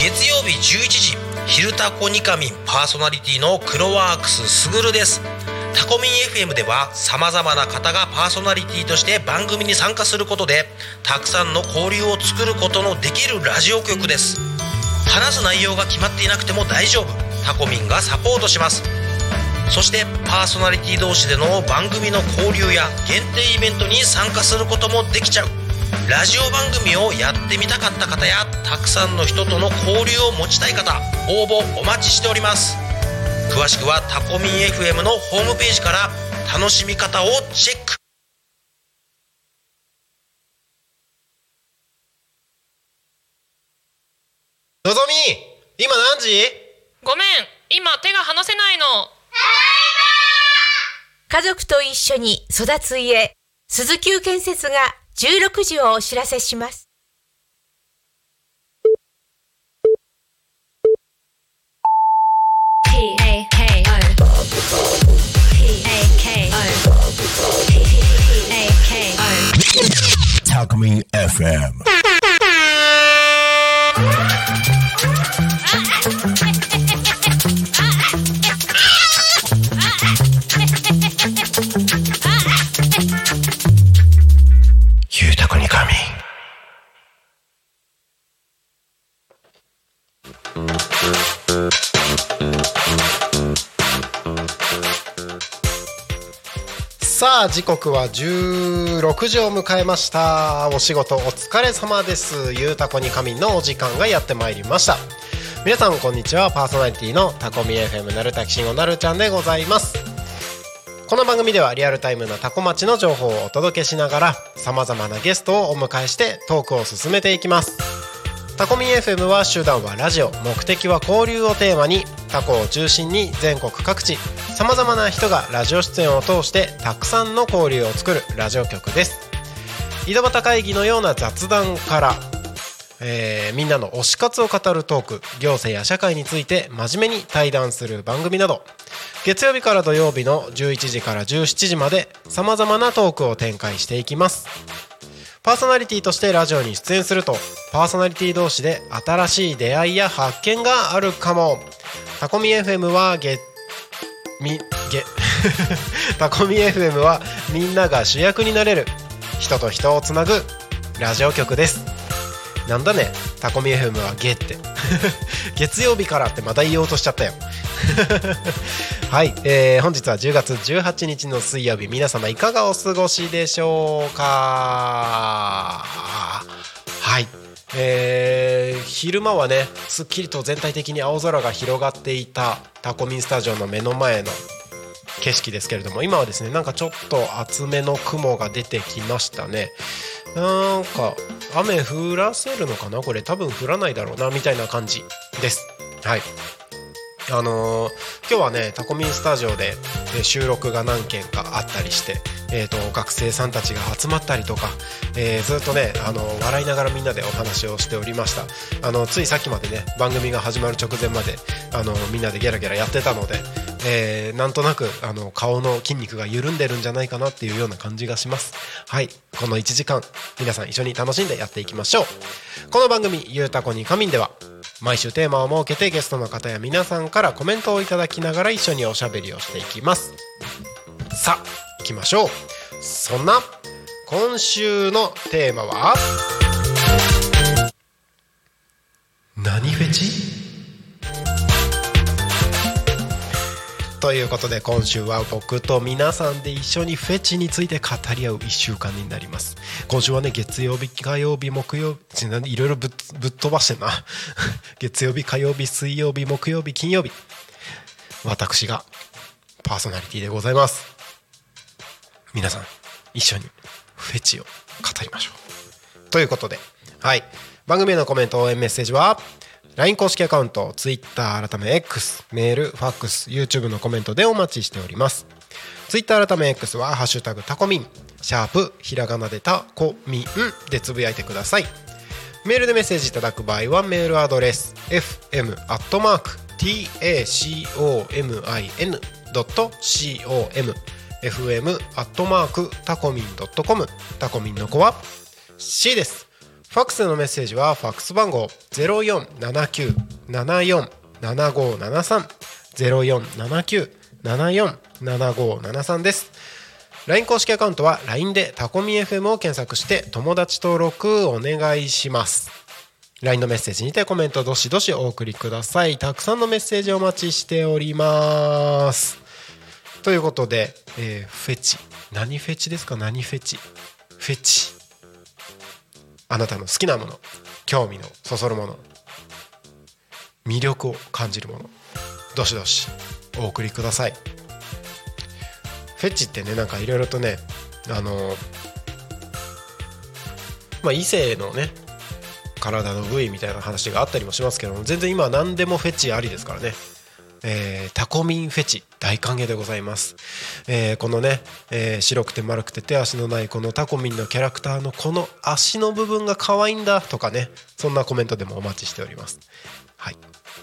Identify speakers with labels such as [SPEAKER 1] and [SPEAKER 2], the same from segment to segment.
[SPEAKER 1] 月曜日11時、昼タコニカミンパーソナリティのクロワークスすぐるです。タコミン FM ではさまざまな方がパーソナリティとして番組に参加することで、たくさんの交流を作ることのできるラジオ局です。話す内容が決まっていなくても大丈夫、タコミンがサポートします。そしてパーソナリティ同士での番組の交流や限定イベントに参加することもできちゃう。ラジオ番組をやってみたかった方や、たくさんの人との交流を持ちたい方、応募お待ちしております。詳しくはタコミン FM のホームページから楽しみ方をチェック。
[SPEAKER 2] のぞみ、今何時？
[SPEAKER 3] ごめん、今手が離せないの。
[SPEAKER 4] 家族と一緒に育つ家、鈴木建設が16時をお知らせします。
[SPEAKER 5] タコミン FM。ゆうたこにかみ。
[SPEAKER 2] さあ時刻は16時を迎えました。お仕事お疲れ様です。ゆうたこにかみのお時間がやってまいりました。皆さんこんにちは。パーソナリティのタコミ FM なるたきしんごなるちゃんでございます。この番組ではリアルタイムなタコ町の情報をお届けしながら、さまざまなゲストをお迎えしてトークを進めていきます。タコミ FM は手段はラジオ、目的は交流をテーマに、タコを中心に全国各地さまざまな人がラジオ出演を通してたくさんの交流を作るラジオ局です。井戸端会議のような雑談から、みんなの推し活を語るトーク、行政や社会について真面目に対談する番組など、月曜日から土曜日の11時から17時までさまざまなトークを展開していきます。パーソナリティとしてラジオに出演すると、パーソナリティ同士で新しい出会いや発見があるかも。タコミ FM はタコミ FM はみんなが主役になれる、人と人をつなぐラジオ局です。なんだね、タコミ FM はゲって月曜日からってまた言おうとしちゃったよはい、本日は10月18日の水曜日、皆様いかがお過ごしでしょうか。はい、昼間はね、すっきりと全体的に青空が広がっていたタコミンスタジオの目の前の景色ですけれども、今はですね、なんかちょっと厚めの雲が出てきましたね。なんか雨降らせるのかな、これ多分降らないだろうなみたいな感じです。はい、今日はね、タコミンスタジオで収録が何件かあったりして、学生さんたちが集まったりとか、ずっとね、笑いながらみんなでお話をしておりました。ついさっきまでね、番組が始まる直前までみんなでゲラゲラやってたので、なんとなく顔の筋肉が緩んでるんじゃないかなっていうような感じがします。はい、この1時間皆さん一緒に楽しんでやっていきましょう。この番組ゆうたこにかみんでは、毎週テーマを設けてゲストの方や皆さんからコメントをいただきながら一緒におしゃべりをしていきます。さあ行きましょう。そんな今週のテーマは何フェチ？ということで、今週は僕と皆さんで一緒にフェチについて語り合う1週間になります。今週はね、月曜日、火曜日、木曜日、いろいろぶっ飛ばしてんな月曜日、火曜日、水曜日、木曜日、金曜日、私がパーソナリティでございます。皆さん一緒にフェチを語りましょうということで、はい、番組へのコメント、応援メッセージは LINE 公式アカウント、Twitter 改め X、メール、ファックス、YouTube のコメントでお待ちしております。 Twitter 改め X はハッシュタグタコミン、シャープひらがなでタコミンでつぶやいてください。メールでメッセージいただく場合はメールアドレス fm@tacomin.com fm@tacomin.com、 タコミンの子は C です。 ファックスのメッセージはファックス番号 0479747573 0479747573 です。 LINE 公式アカウントは LINE でタコミ FM を検索して友達登録お願いします。 LINE のメッセージにてコメントどしどしお送りください。たくさんのメッセージお待ちしております。ということで、フェチ、何フェチですか？何フェチ？フェチ、あなたの好きなもの、興味のそそるもの、魅力を感じるもの、どしどしお送りください。フェチってね、なんかいろいろとね、異性のね体の部位みたいな話があったりもしますけども、全然今は何でもフェチありですからね。タコミンフェチ大歓迎でございます。このね、白くて丸くて手足のないこのタコミンのキャラクターのこの足の部分が可愛いんだとかね、そんなコメントでもお待ちしております。はい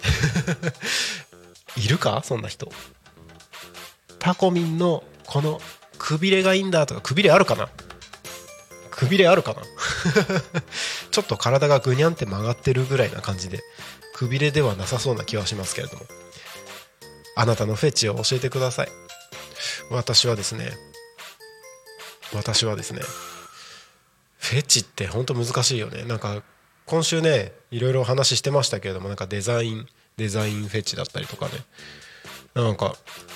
[SPEAKER 2] いるかそんな人。タコミンのこのくびれがいいんだとか、くびれあるかな、くびれあるかなちょっと体がぐにゃんって曲がってるぐらいな感じで、くびれではなさそうな気はしますけれども、あなたのフェチを教えてください。私はですねフェチって本当難しいよね。なんか今週ねいろいろ話してましたけれども、なんかデザインフェチだったりとかね、なんか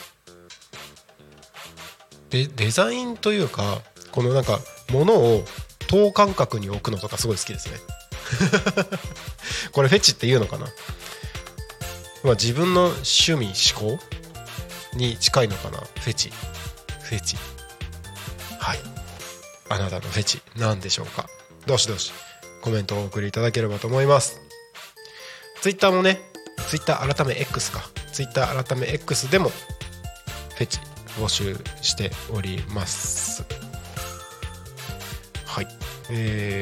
[SPEAKER 2] デザインというか、このなんか物を等間隔に置くのとかすごい好きですねこれフェチっていうのかな、自分の趣味思考に近いのかな。フェチ、はい、あなたのフェチなんでしょうか。どしどしコメントをお送りいただければと思います。ツイッターもね、ツイッター改め X か、ツイッター改め X でもフェチ募集しております。はい、ツイ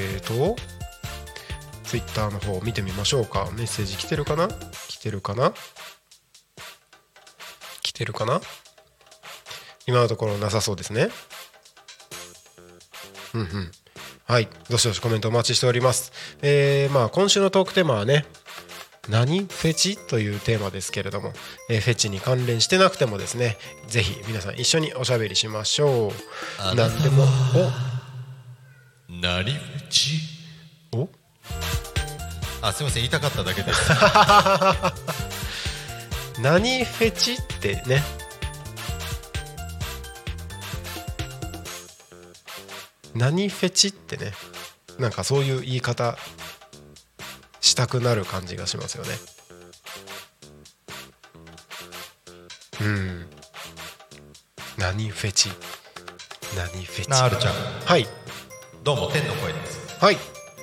[SPEAKER 2] ッターの方を見てみましょうか。メッセージ来てるかな。今のところなさそうですね。はい、どしどしコメントお待ちしております。今週のトークテーマはね、何フェチというテーマですけれども、フェチに関連してなくてもですね、ぜひ皆さん一緒におしゃべりしましょう。何でも
[SPEAKER 6] 何フェチ？
[SPEAKER 2] お、
[SPEAKER 6] すいません、言いたかっただけです
[SPEAKER 2] 何フェチってね、何フェチってね、なんかそういう言い方したくなる感じがしますよね。何フェチ、
[SPEAKER 6] なるちゃん、
[SPEAKER 2] はい、
[SPEAKER 6] どうも天の声です。
[SPEAKER 2] はい、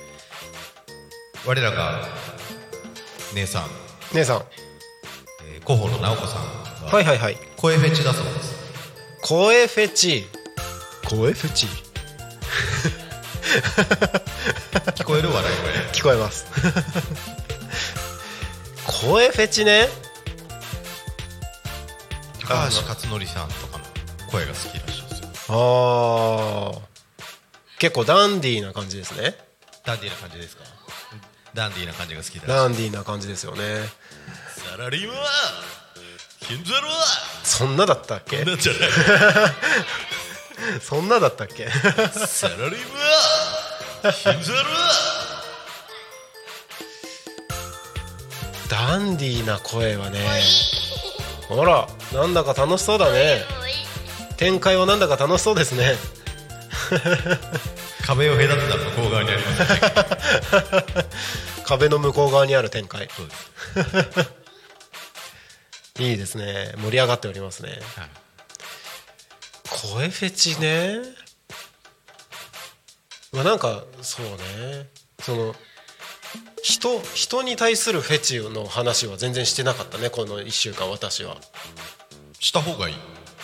[SPEAKER 6] 我らが姉さん広報の直子さんは、
[SPEAKER 2] はいはいはい、
[SPEAKER 6] 声フェチだそうです。
[SPEAKER 2] 声フェチ
[SPEAKER 6] 聞こえる？笑い声
[SPEAKER 2] 聞こえます声フェチね。
[SPEAKER 6] 高橋克典さんとかの声が好きらしいですよ。
[SPEAKER 2] 結構ダンディーな感じですね。
[SPEAKER 6] ダンディーな感じですか？ダンディーな感じが好きだ。
[SPEAKER 2] ダンディーな感じですよね。
[SPEAKER 6] サラリーマン金ゼロ
[SPEAKER 2] そんなだったっけ？
[SPEAKER 6] なんじゃない
[SPEAKER 2] そんなだったっけ
[SPEAKER 6] サラリーマン金ゼロ
[SPEAKER 2] ダンディーな声はね、ほら、なんだか楽しそうだね。展開はなんだか楽しそうですね
[SPEAKER 6] 壁を隔てた向こう側にありますね
[SPEAKER 2] 壁の向こう側にある展開。
[SPEAKER 6] そうです
[SPEAKER 2] いいですね、盛り上がっておりますね、はい、声フェチね。なんかそうね、その人に対するフェチの話は全然してなかったね、この1週間。私は
[SPEAKER 6] した方がいいよ。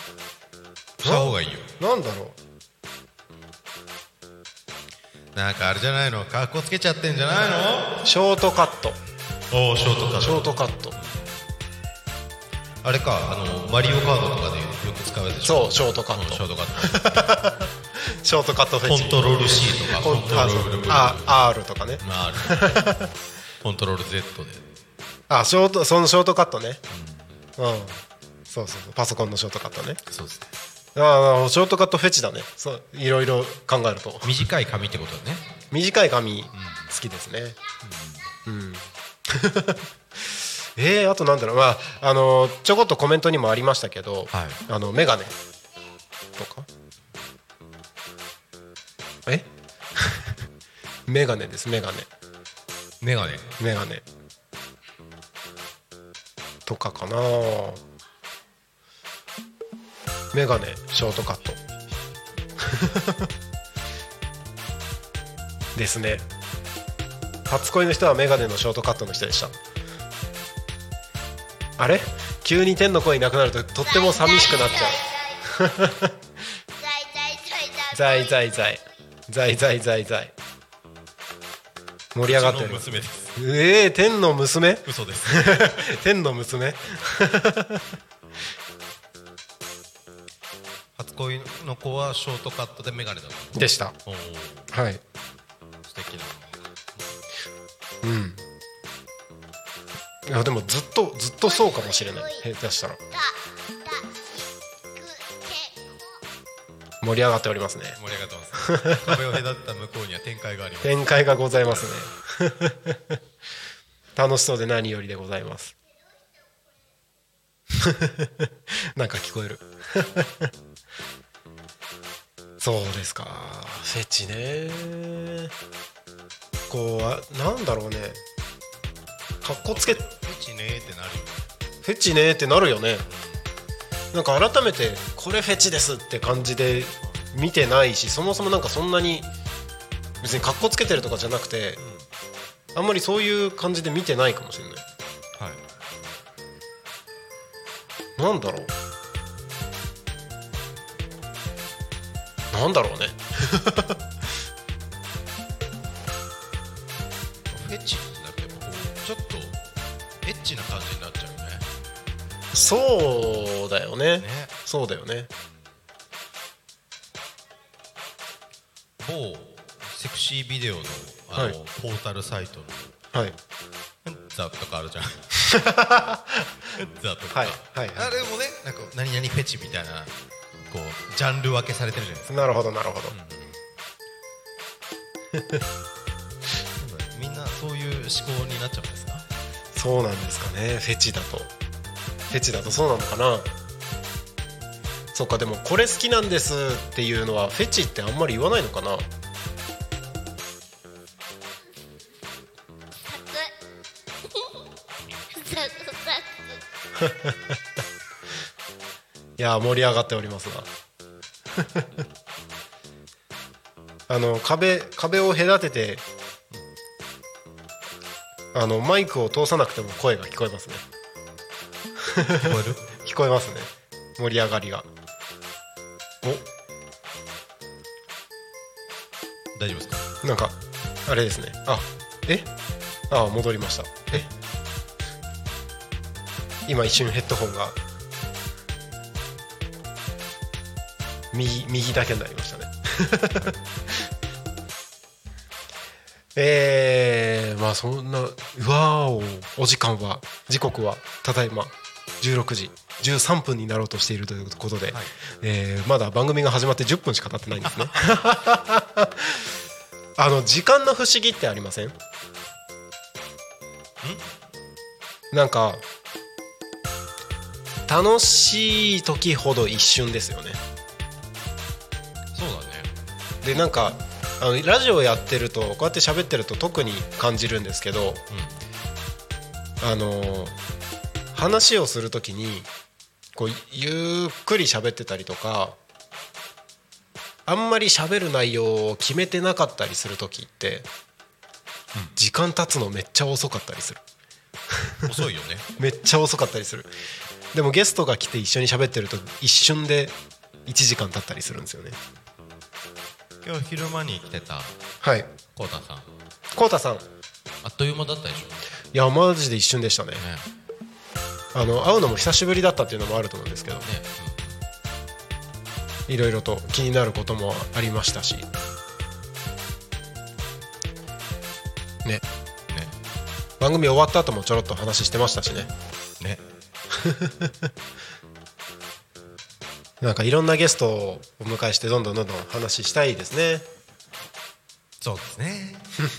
[SPEAKER 2] なんだろ
[SPEAKER 6] う、なんかあれじゃないの、カッコつけちゃってんじゃないの。
[SPEAKER 2] ショートカット。
[SPEAKER 6] ショートカット。あれか、マリオカードとかでよく使うやつでしょ。
[SPEAKER 2] そう、ショートカットショートカットフェチ。
[SPEAKER 6] コントロール C とかコントロール V、
[SPEAKER 2] R とかね。
[SPEAKER 6] R コントロール Z で、
[SPEAKER 2] そのショートカットね。そうパソコンのショートカットね。
[SPEAKER 6] そうですね。
[SPEAKER 2] ショートカットフェチだね。そういろいろ考えると
[SPEAKER 6] 短い髪ってことだね。
[SPEAKER 2] 短い髪好きですね。あとなんだろう、ちょこっとコメントにもありましたけど、メガネとかメガネです。メガネとかかな。メガネショートカットですね。初恋の人はメガネのショートカットの人でした。あれ急に天の声いなくなるととっても寂しくなっちゃう在在在在在在在盛り上がっております。天の娘？
[SPEAKER 6] 嘘です
[SPEAKER 2] 天の娘
[SPEAKER 6] 初恋の子はショートカットでメガネだった
[SPEAKER 2] でした。はい、
[SPEAKER 6] 素敵な。
[SPEAKER 2] いやでもずっとそうかもしれない。下手したら盛り上がっておりますね。
[SPEAKER 6] 盛り上がってます壁を隔った向こうには展開があります。
[SPEAKER 2] 展開がございますね楽しそうで何よりでございますなんか聞こえるそうですか。フェチね。こうなんだろうね、かっこつけ
[SPEAKER 6] フェチねーってなるよ。
[SPEAKER 2] フェチねーってなるよね。なんか改めてこれフェチですって感じで見てないし、そもそもなんかそんなに別にかっこつけてるとかじゃなくて、あんまりそういう感じで見てないかもしれない。なんだろうね
[SPEAKER 6] フェチってなってもちょっとエッチな感じになっちゃうよね。
[SPEAKER 2] そうだよね。そうだよね。
[SPEAKER 6] 某セクシービデオのポータルサイトのザとかあるじゃんザとか、あれもね、なんか何々フェチみたいなこうジャンル分けされてるじゃないですか。
[SPEAKER 2] なるほどなるほど、
[SPEAKER 6] みんなそういう思考になっちゃうんですか。
[SPEAKER 2] そうなんですかね。フェチだとそうなのかな。そっか。でもこれ好きなんですっていうのはフェチってあんまり言わないのかな。いや盛り上がっておりますが壁を隔ててマイクを通さなくても声が聞こえますね
[SPEAKER 6] 聞こえる
[SPEAKER 2] 聞こえますね。盛り上がりが。
[SPEAKER 6] 大丈夫ですか。
[SPEAKER 2] なんかあれですね。戻りました。今一瞬ヘッドホンが右だけになりましたねまあそんな時刻はただいま16時13分になろうとしているということで、まだ番組が始まって10分しか経ってないんですね時間の不思議ってありません？なんか楽しい時ほど一瞬ですよね。
[SPEAKER 6] そうだね。
[SPEAKER 2] でなんかラジオやってるとこうやって喋ってると特に感じるんですけど、話をするときにこうゆっくり喋ってたりとか、あんまり喋る内容を決めてなかったりするときって、時間経つのめっちゃ遅かったりする
[SPEAKER 6] 遅いよね
[SPEAKER 2] めっちゃ遅かったりする。でもゲストが来て一緒に喋ってると一瞬で1時間経ったりするんですよね。
[SPEAKER 6] 今日昼間に来てたコウタさん、
[SPEAKER 2] コウタさん
[SPEAKER 6] あっという間だったでしょ。
[SPEAKER 2] いやマジで一瞬でしたね。会うのも久しぶりだったっていうのもあると思うんですけど、 いろいろと気になることもありましたしね。番組終わった後もちょろっと話してましたしね。なんかいろんなゲストをお迎えしてどんどん話したいですね。
[SPEAKER 6] そうですね。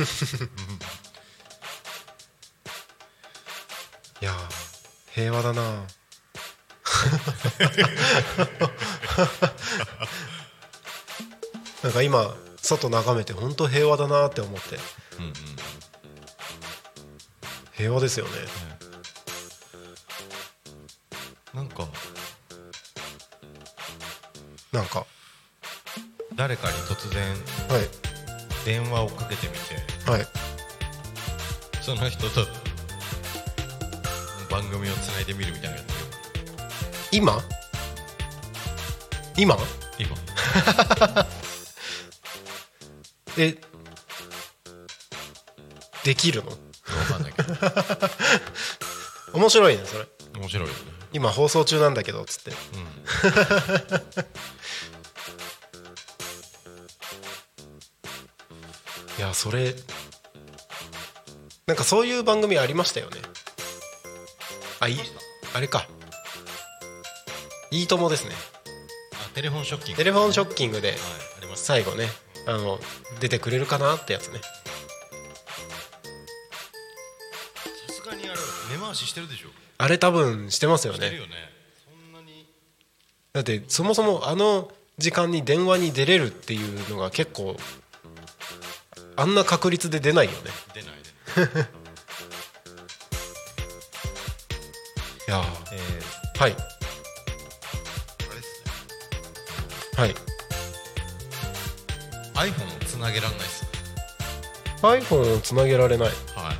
[SPEAKER 2] いや平和だな。なんか今外眺めて本当平和だなって思って、平和ですよね。なんか
[SPEAKER 6] 誰かに突然電話をかけてみて、
[SPEAKER 2] はい、
[SPEAKER 6] その人と番組をつないでみるみたいなやつ。
[SPEAKER 2] 今できるの？
[SPEAKER 6] わかんないけど
[SPEAKER 2] 面白いねそれ。
[SPEAKER 6] 面白いよね。
[SPEAKER 2] 今放送中なんだけどつって、いやそれなんかそういう番組ありましたよね。あれか、いいともですね。
[SPEAKER 6] テレフォンショッキング、
[SPEAKER 2] テレフォンショッキングで
[SPEAKER 6] あります。
[SPEAKER 2] 最後ね出てくれるかなってやつね。
[SPEAKER 6] さすがにあれ根回ししてるでしょ。
[SPEAKER 2] あれ多分してますよね。
[SPEAKER 6] してるよね。そんなに
[SPEAKER 2] だってそもそもあの時間に電話に出れるっていうのが結構あんな確率で出ないよね。
[SPEAKER 6] 出ない
[SPEAKER 2] いやはい
[SPEAKER 6] あれですね。
[SPEAKER 2] はい
[SPEAKER 6] iPhone をつなげられないっす。
[SPEAKER 2] iPhone をつなげられない。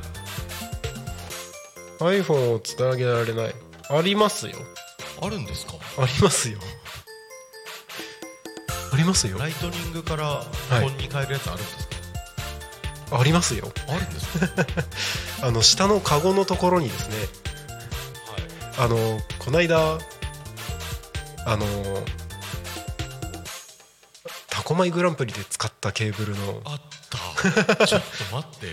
[SPEAKER 6] はい。
[SPEAKER 2] iPhone をつなげられない。ありますよ。
[SPEAKER 6] あるんですか？
[SPEAKER 2] ありますよ。ありますよ。
[SPEAKER 6] ライトニングから本に変えるやつあるんですか？
[SPEAKER 2] ありますよ。
[SPEAKER 6] あるんですか？
[SPEAKER 2] 下のカゴのところにですね、こないだタコマイグランプリで使ったケーブルの
[SPEAKER 6] あったちょっと待って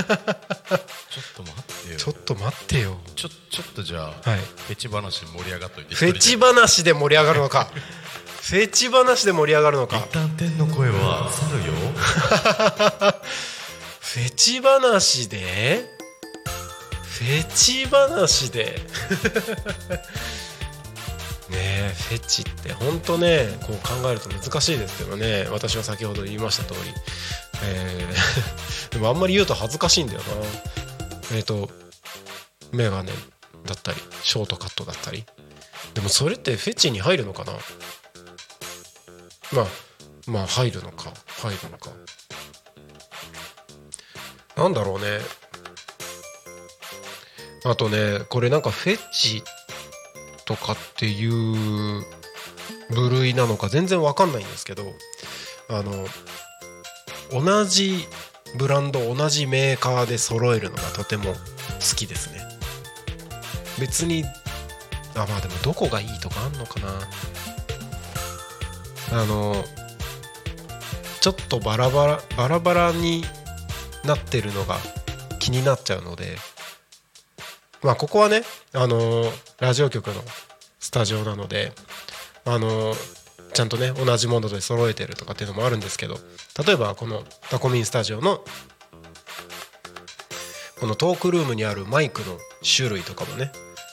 [SPEAKER 2] ちょっと待ってよ。
[SPEAKER 6] ちょっとじゃあ、フェチ話盛り上がっといて。
[SPEAKER 2] フェチ話で盛り上がるのかフェチ話で盛り上がるのか。
[SPEAKER 6] 一旦天の声は去るよ
[SPEAKER 2] フェチ話でねえ、フェチって本当ねこう考えると難しいですけどね。私は先ほど言いました通り、でもあんまり言うと恥ずかしいんだよな。メガネだったりショートカットだったり。でもそれってフェチに入るのかな。まあ入るのかなんだろうね。あとねこれなんかフェチとかっていう部類なのか全然わかんないんですけど、同じブランド同じメーカーで揃えるのがとても好きですね。別にまあでもどこがいいとかあんのかな。ちょっとバラバラになってるのが気になっちゃうので、ここはねラジオ局のスタジオなのでちゃんとね同じもので揃えてるとかっていうのもあるんですけど、例えばこのタコミンスタジオのこのトークルームにあるマイクの種類とかもね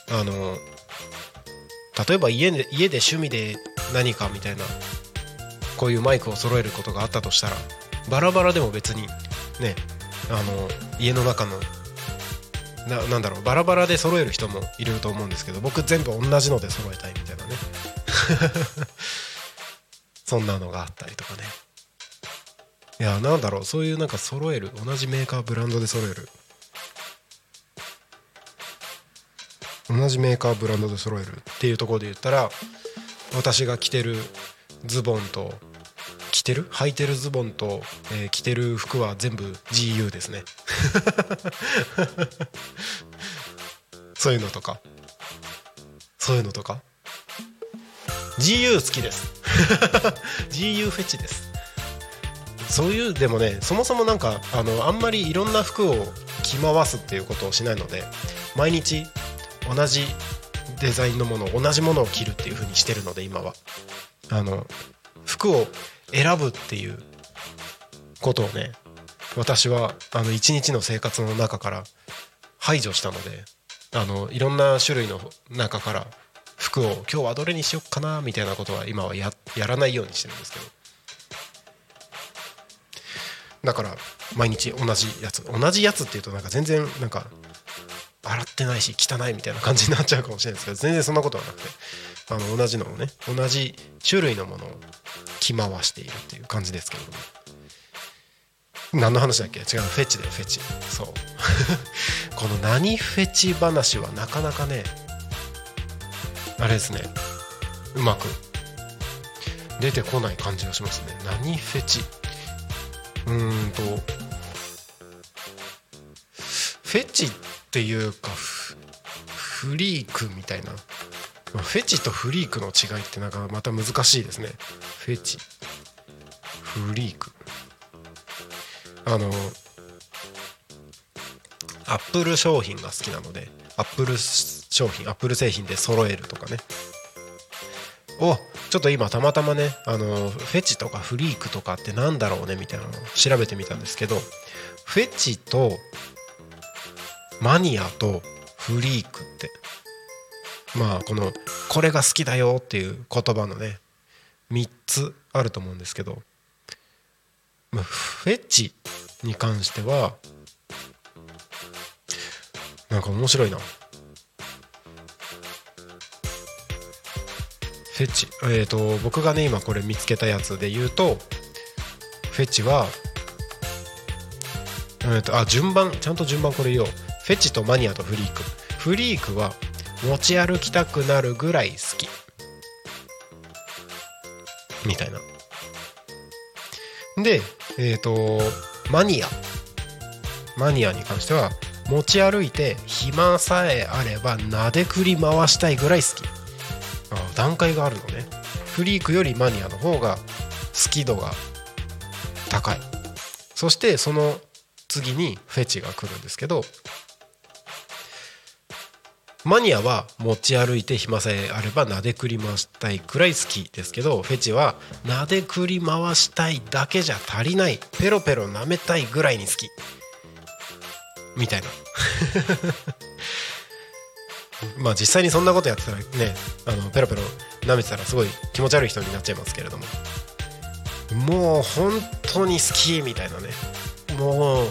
[SPEAKER 2] 例えば家で趣味で何かみたいなこういうマイクを揃えることがあったとしたらバラバラでも別にね家の中のなんだろうバラバラで揃える人もいると思うんですけど、僕全部同じので揃えたいみたいなねそんなのがあったりとかね。いやなんだろうそういうなんか揃える同じメーカーブランドで揃える同じメーカーブランドで揃えるっていうところで言ったら、私が着てるズボンと履いてるズボンと、着てる服は全部 GU ですねそういうのとか GU 好きです GU フェチです。そういうでもね、そもそもなんかあんまりいろんな服を着回すっていうことをしないので、毎日同じデザインのもの、同じものを着るっていう風にしてるので、今は服を選ぶっていうことをね、私は一日の生活の中から排除したので、いろんな種類の中から服を今日はどれにしよっかなみたいなことは今は やらないようにしてるんですけど、だから毎日同じやつっていうとなんか全然なんか洗ってないし汚いみたいな感じになっちゃうかもしれないですけど、全然そんなことはなくて、同じのをね、同じ種類のものを着回しているっていう感じですけれども、何の話だっけ。違う、フェチだよ、フェチ。そうこの何フェチ話はなかなかね、あれですね、うまく出てこない感じがしますね。何フェチ、フェチっていうかフリークみたいな、フェチとフリークの違いってなんかまた難しいですね。フェチ、フリーク、アップル商品が好きなので、アップル商品、アップル製品で揃えるとかね。ちょっと今たまたまね、フェチとかフリークとかってなんだろうねみたいなのを調べてみたんですけど、フェチとマニアとフリークって、まあこれが好きだよっていう言葉のね3つあると思うんですけど、フェチに関してはなんか面白いな。フェチ、僕がね今これ見つけたやつで言うと、フェチは順番、ちゃんと順番これ言おう。フェチとマニアとフリーク。フリークは持ち歩きたくなるぐらい好きみたいな。でマニアに関しては持ち歩いて暇さえあればなでくり回したいぐらい好き。段階があるのね。フリークよりマニアの方が好き度が高い。そしてその次にフェチが来るんですけど、マニアは持ち歩いて暇さえあればなでくり回したいくらい好きですけど、フェチはなでくり回したいだけじゃ足りない、ペロペロ舐めたいぐらいに好きみたいなまあ実際にそんなことやってたらね、ペロペロ舐めてたらすごい気持ち悪い人になっちゃいますけれども、もう本当に好きみたいなね、も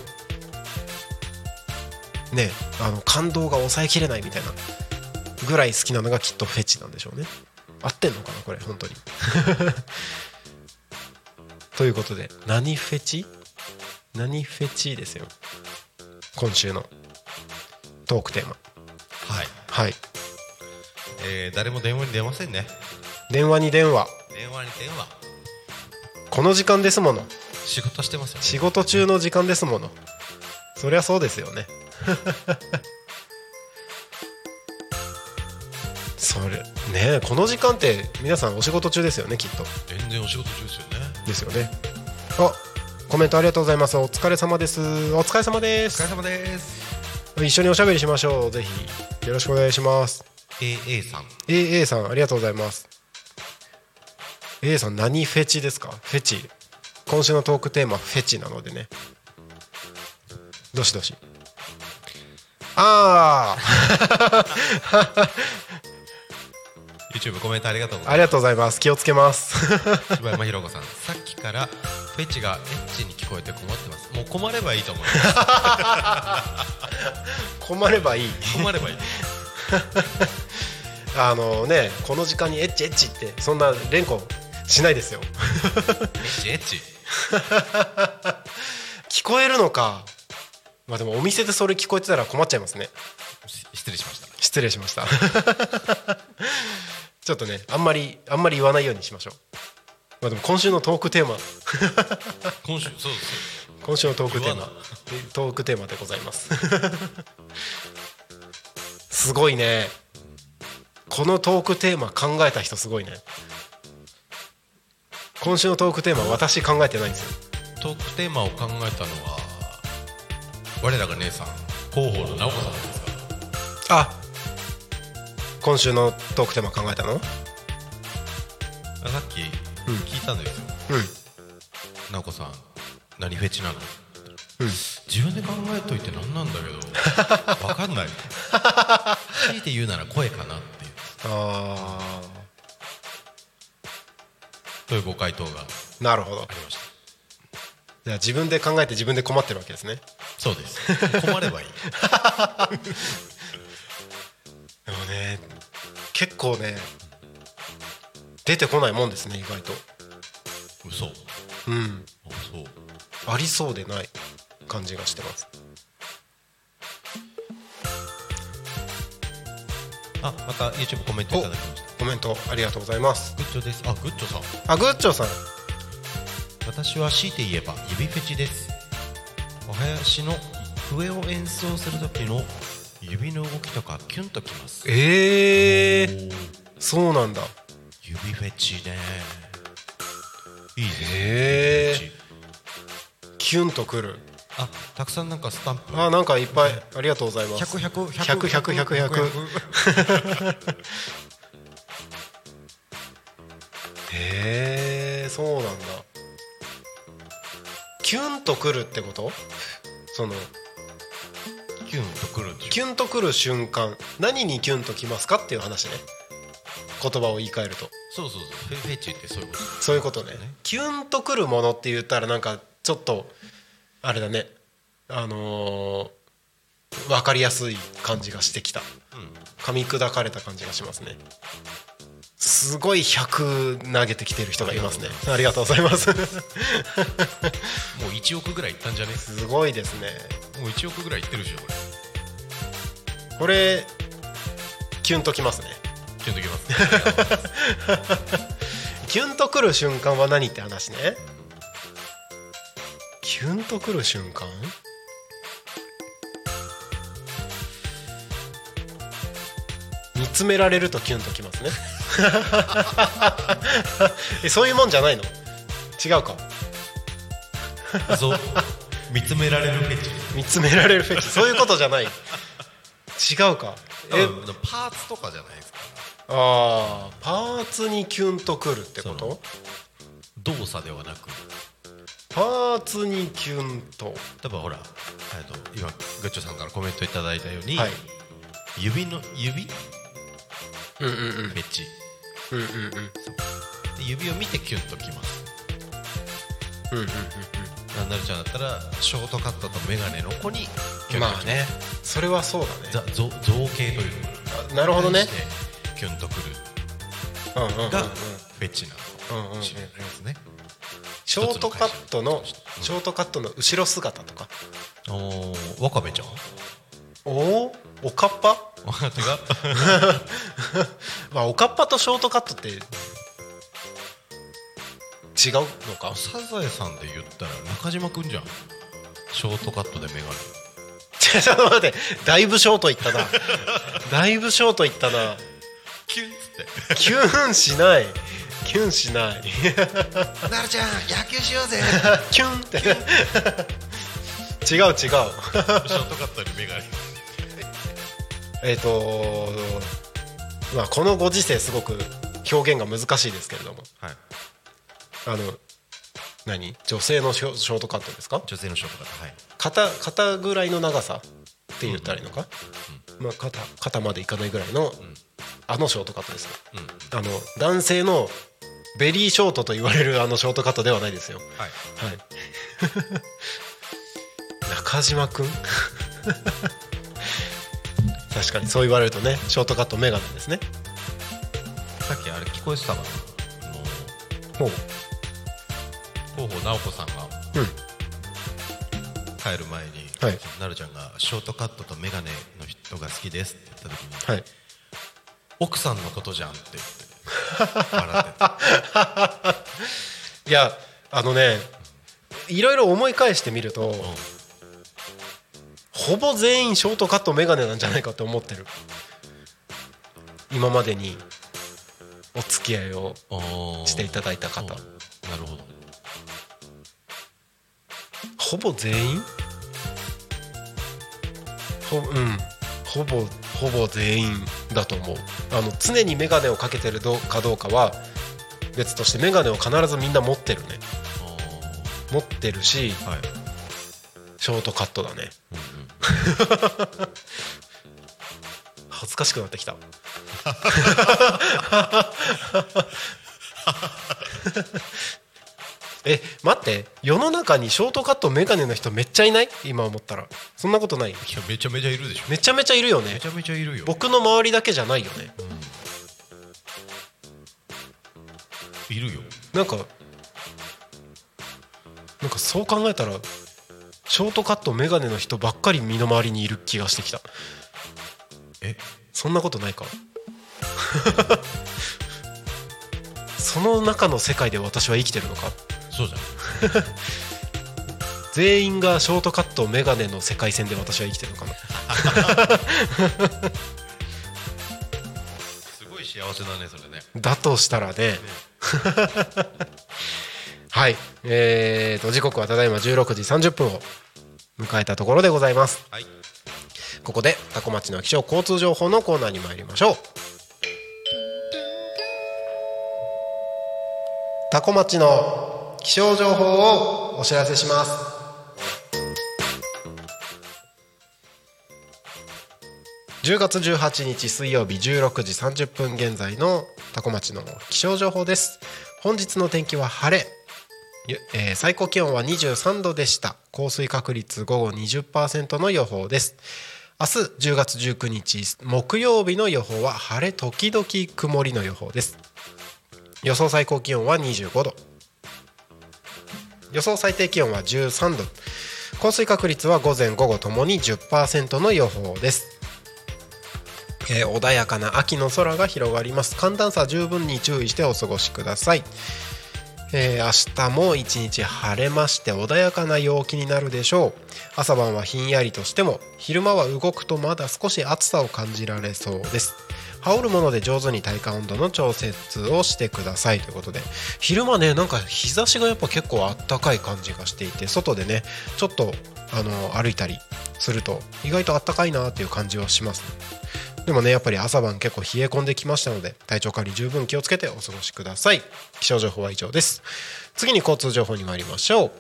[SPEAKER 2] うね、感動が抑えきれないみたいなぐらい好きなのがきっとフェチなんでしょうね。合ってんのかなこれ本当にということで、何フェチですよ、今週のトークテーマ。はい、
[SPEAKER 6] 誰も電話に出ませんね。
[SPEAKER 2] 電話に電話、この時間ですもの。
[SPEAKER 6] 仕事してますよね。
[SPEAKER 2] 仕事中の時間ですもの。そりゃそうですよねそれね、この時間って皆さんお仕事中ですよね、きっと。
[SPEAKER 6] 全然お仕事中ですよね。
[SPEAKER 2] ですよね。コメントありがとうございます。お疲れ様です。お疲れ様です。
[SPEAKER 6] お疲れ様です。
[SPEAKER 2] 一緒におしゃべりしましょう。ぜひよろしくお願いします。 AA さんありがとうございます。 AA さん何フェチですか？フェチ、今週のトークテーマフェチなのでね、どしどし。
[SPEAKER 6] YouTube コメントありがとうございます。
[SPEAKER 2] ありがとうございます。気をつけます
[SPEAKER 6] 柴山ひろ子さん、さっきからフェチがエッチに聞こえて困ってます。もう困ればいいと思います
[SPEAKER 2] 困ればいいね、この時間にエッチエッチってそんな連呼しないですよ
[SPEAKER 6] エッチ
[SPEAKER 2] 聞こえるのか。まあでもお店でそれ聞こえてたら困っちゃいますね。
[SPEAKER 6] 失礼しました
[SPEAKER 2] ちょっとね、あんまり言わないようにしましょう。まあでも今週のトークテーマ
[SPEAKER 6] 今週の
[SPEAKER 2] トークテーマでございますすごいね、このトークテーマ考えた人すごいね。 今週のトークテーマは私考えてないんですよ。
[SPEAKER 6] トークテーマを考えたのは我らが姉さん広報の直子さんですか。
[SPEAKER 2] あ、今週のトークテーマ考えたの？
[SPEAKER 6] さっき聞いたんですよ、直子さん何フェチなの、自分で考えといて何なんだけど分かんない強いて言うなら声かなっていう、というご回答が
[SPEAKER 2] なるほど。
[SPEAKER 6] ありました。
[SPEAKER 2] じゃあ自分で考えて自分で困ってるわけですね。
[SPEAKER 6] そうです。困ればいい。
[SPEAKER 2] でもね、結構ね出てこないもんですね、意外と。
[SPEAKER 6] 嘘。
[SPEAKER 2] うん。
[SPEAKER 6] そう。
[SPEAKER 2] ありそうでない感じがしてます。
[SPEAKER 6] あ、また YouTube コメントいただきました。
[SPEAKER 2] コメントありがとうございます。
[SPEAKER 6] グッチョです。あ、グッチョさん。
[SPEAKER 2] あ、グッチョさん。
[SPEAKER 6] 私は強いて言えば指フェチです。お囃子の笛を演奏する時の指の動きとかキュンときます。
[SPEAKER 2] そうなんだ。
[SPEAKER 6] 指フェチね。いいですね。
[SPEAKER 2] キュンとくる。
[SPEAKER 6] あ、たくさんなんかスタンプ。
[SPEAKER 2] あ、なんかいっぱいありがとうございます。
[SPEAKER 6] 100
[SPEAKER 2] へえ、そうなんだ。キュンとくるってこと？その
[SPEAKER 6] キュンとくる。
[SPEAKER 2] キュンとくる瞬間、何にキュンときますかっていう話ね。言葉を言い換えると。
[SPEAKER 6] そうそうそう。フェチってそういうこと。
[SPEAKER 2] そういうことね。キュンとくるものって言ったらなんかちょっとあれだね。分かりやすい感じがしてきた。噛み砕かれた感じがしますね。すごい100投げてきてる人がいますね。ありがとうございます。もう
[SPEAKER 6] 1億ぐらいいったんじゃね？
[SPEAKER 2] すごいですね。
[SPEAKER 6] もう1億ぐらいいってるでしょ
[SPEAKER 2] これキュンときますね。
[SPEAKER 6] キュンときます。
[SPEAKER 2] キュンとくる瞬間は何って話ね。キュンとくる瞬間？見つめられるとキュンときますね。そういうもんじゃないの？違うか。
[SPEAKER 6] そう、見つめられるフェチ。
[SPEAKER 2] 見つめられるフェチ、そういうことじゃない。違うか。
[SPEAKER 6] パーツとかじゃないですか。
[SPEAKER 2] ああ、パーツにキュンとくるってこと？
[SPEAKER 6] 動作ではなく
[SPEAKER 2] パーツにキュンと。
[SPEAKER 6] 例えばほら、今グッチョさんからコメントいただいたように、
[SPEAKER 2] はい、
[SPEAKER 6] 指フェチ、指を見てキュンときます。なるちゃんだったらショートカットとメガネの子にキュンときます。
[SPEAKER 2] まあね、それはそうだね。
[SPEAKER 6] 造形というの
[SPEAKER 2] なるほどね。
[SPEAKER 6] キュンとくるがフェチなのかもしれないですね。
[SPEAKER 2] ショートカットの後ろ姿とか。
[SPEAKER 6] ワカメちゃん。
[SPEAKER 2] おかっぱ？
[SPEAKER 6] 違う。
[SPEAKER 2] まあおかっぱとショートカットって違うのか。
[SPEAKER 6] サザエさんで言ったら中島くんじゃん。ショートカットでメガネ。
[SPEAKER 2] ちょっと待って、だいぶショートいったな。だいぶショートいったな。
[SPEAKER 6] キュンって
[SPEAKER 2] キュンしない。キュンしない。
[SPEAKER 6] なるちゃん野球しようぜ。
[SPEAKER 2] キュンって違う。
[SPEAKER 6] ショートカットにメガネ。
[SPEAKER 2] まあこのご時世すごく表現が難しいですけれども、
[SPEAKER 6] はい、
[SPEAKER 2] 女性のショートカットですか？
[SPEAKER 6] 女性のショートカット、はい、
[SPEAKER 2] 肩ぐらいの長さって言ったらいいのか、まあ、肩までいかないぐらいの、あのショートカットですね、男性のベリーショートと言われるショートカットではないですよ。はい、はい、中島くん確かにそう言われるとね、ショートカットメガネですね。
[SPEAKER 6] さっきあれ聞こえてたかな、広報直子さんが、帰る前に、なるちゃんがショートカットとメガネの人が好きですって言った時に、奥さんのことじゃんって言って笑ってた。
[SPEAKER 2] いやいろいろ思い返してみると、ほぼ全員ショートカットメガネなんじゃないかと思ってる。今までにお付き合いをしていただいた方、
[SPEAKER 6] なるほど。
[SPEAKER 2] ほぼ全員ほぼ全員だと思う。常にメガネをかけてるかどうかは別として、メガネを必ずみんな持ってるね。持ってるし、
[SPEAKER 6] はい、
[SPEAKER 2] ショートカットだね、恥ずかしくなってきた待って、世の中にショートカットメガネの人めっちゃいない？今思ったら。そんなことない？いや、
[SPEAKER 6] めちゃめちゃいるでしょ。
[SPEAKER 2] めちゃめちゃいるよね。
[SPEAKER 6] めちゃめちゃいるよ。
[SPEAKER 2] 僕の周りだけじゃないよね、
[SPEAKER 6] いるよ。
[SPEAKER 2] なんかそう考えたらショートカットメガネの人ばっかり身の回りにいる気がしてきた。そんなことないかその中の世界で私は生きてるのか。
[SPEAKER 6] そうじゃん
[SPEAKER 2] 全員がショートカットメガネの世界線で私は生きてるのかな
[SPEAKER 6] すごい幸せだねそれね。
[SPEAKER 2] だとしたらねはい、時刻はただいま16時30分を迎えたところでございます、
[SPEAKER 6] はい、
[SPEAKER 2] ここでタコ町の気象交通情報のコーナーに参りましょう。タコ町の気象情報をお知らせします。10月18日水曜日16時30分現在のタコ町の気象情報です。本日の天気は晴れ、最高気温は23度でした。降水確率午後 20% の予報です。明日10月19日木曜日の予報は晴れ時々曇りの予報です。予想最高気温は25度、予想最低気温は13度、降水確率は午前午後ともに 10% の予報です。穏やかな秋の空が広がります。寒暖差十分に注意してお過ごしください。明日も一日晴れまして穏やかな陽気になるでしょう。朝晩はひんやりとしても昼間は動くとまだ少し暑さを感じられそうです。羽織るもので上手に体感温度の調節をしてくださいということで、昼間ね、なんか日差しがやっぱ結構あったかい感じがしていて、外でねちょっと歩いたりすると意外とあったかいなっていう感じはします。でもね、やっぱり朝晩結構冷え込んできましたので体調管理十分気をつけてお過ごしください。気象情報は以上です。次に交通情報に参りましょう。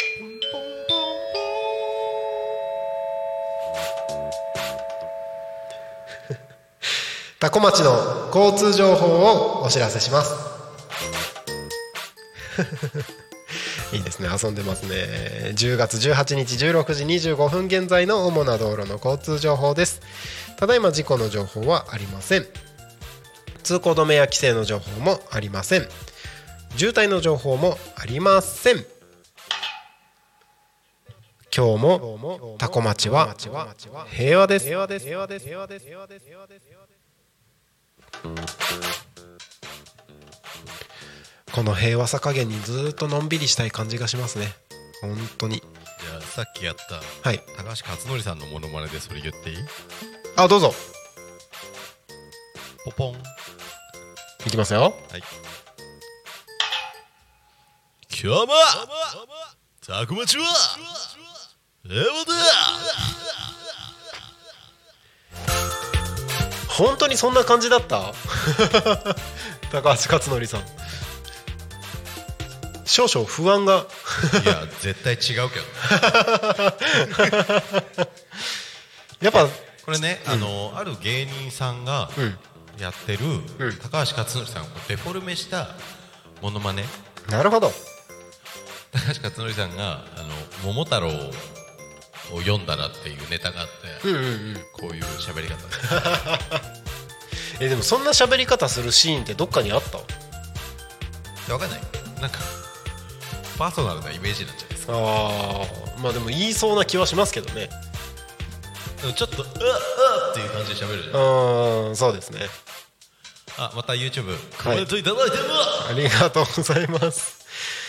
[SPEAKER 2] タコ町の交通情報をお知らせしますいいですね、遊んでますね。10月18日16時25分現在の主な道路の交通情報です。ただいま事故の情報はありません。通行止めや規制の情報もありません。渋滞の情報もありません。今日もタコ町は平和です。この平和さ加減にずっとのんびりしたい感じがしますね、本当に。
[SPEAKER 6] じゃあさっきやった、
[SPEAKER 2] はい、
[SPEAKER 6] 高橋克典さんのモノマネでそれ言っていい？
[SPEAKER 2] あ、どうぞ。
[SPEAKER 6] ポポン
[SPEAKER 2] いきますよ。
[SPEAKER 6] はい。今日もタコ町は平和だ。
[SPEAKER 2] 本当にそんな感じだった高橋克典さん、少々不安が
[SPEAKER 6] いや絶対違うけど
[SPEAKER 2] やっぱ
[SPEAKER 6] これね、ある芸人さんがやってる高橋克典さんをデフォルメしたモノマネ。
[SPEAKER 2] なるほど。
[SPEAKER 6] 高橋克典さんが桃太郎を読んだらっていうネタがあって、こういう喋り方
[SPEAKER 2] でもそんな喋り方するシーンってどっかにあった？
[SPEAKER 6] 分かんない、なんかパーソナルなイメージなんじゃないですか。
[SPEAKER 2] まあでも言いそうな気はしますけどね。
[SPEAKER 6] ちょっとっていう感じで喋るじゃん。
[SPEAKER 2] そうですね。
[SPEAKER 6] また YouTube コメントいただいてる、
[SPEAKER 2] ありがとうございます。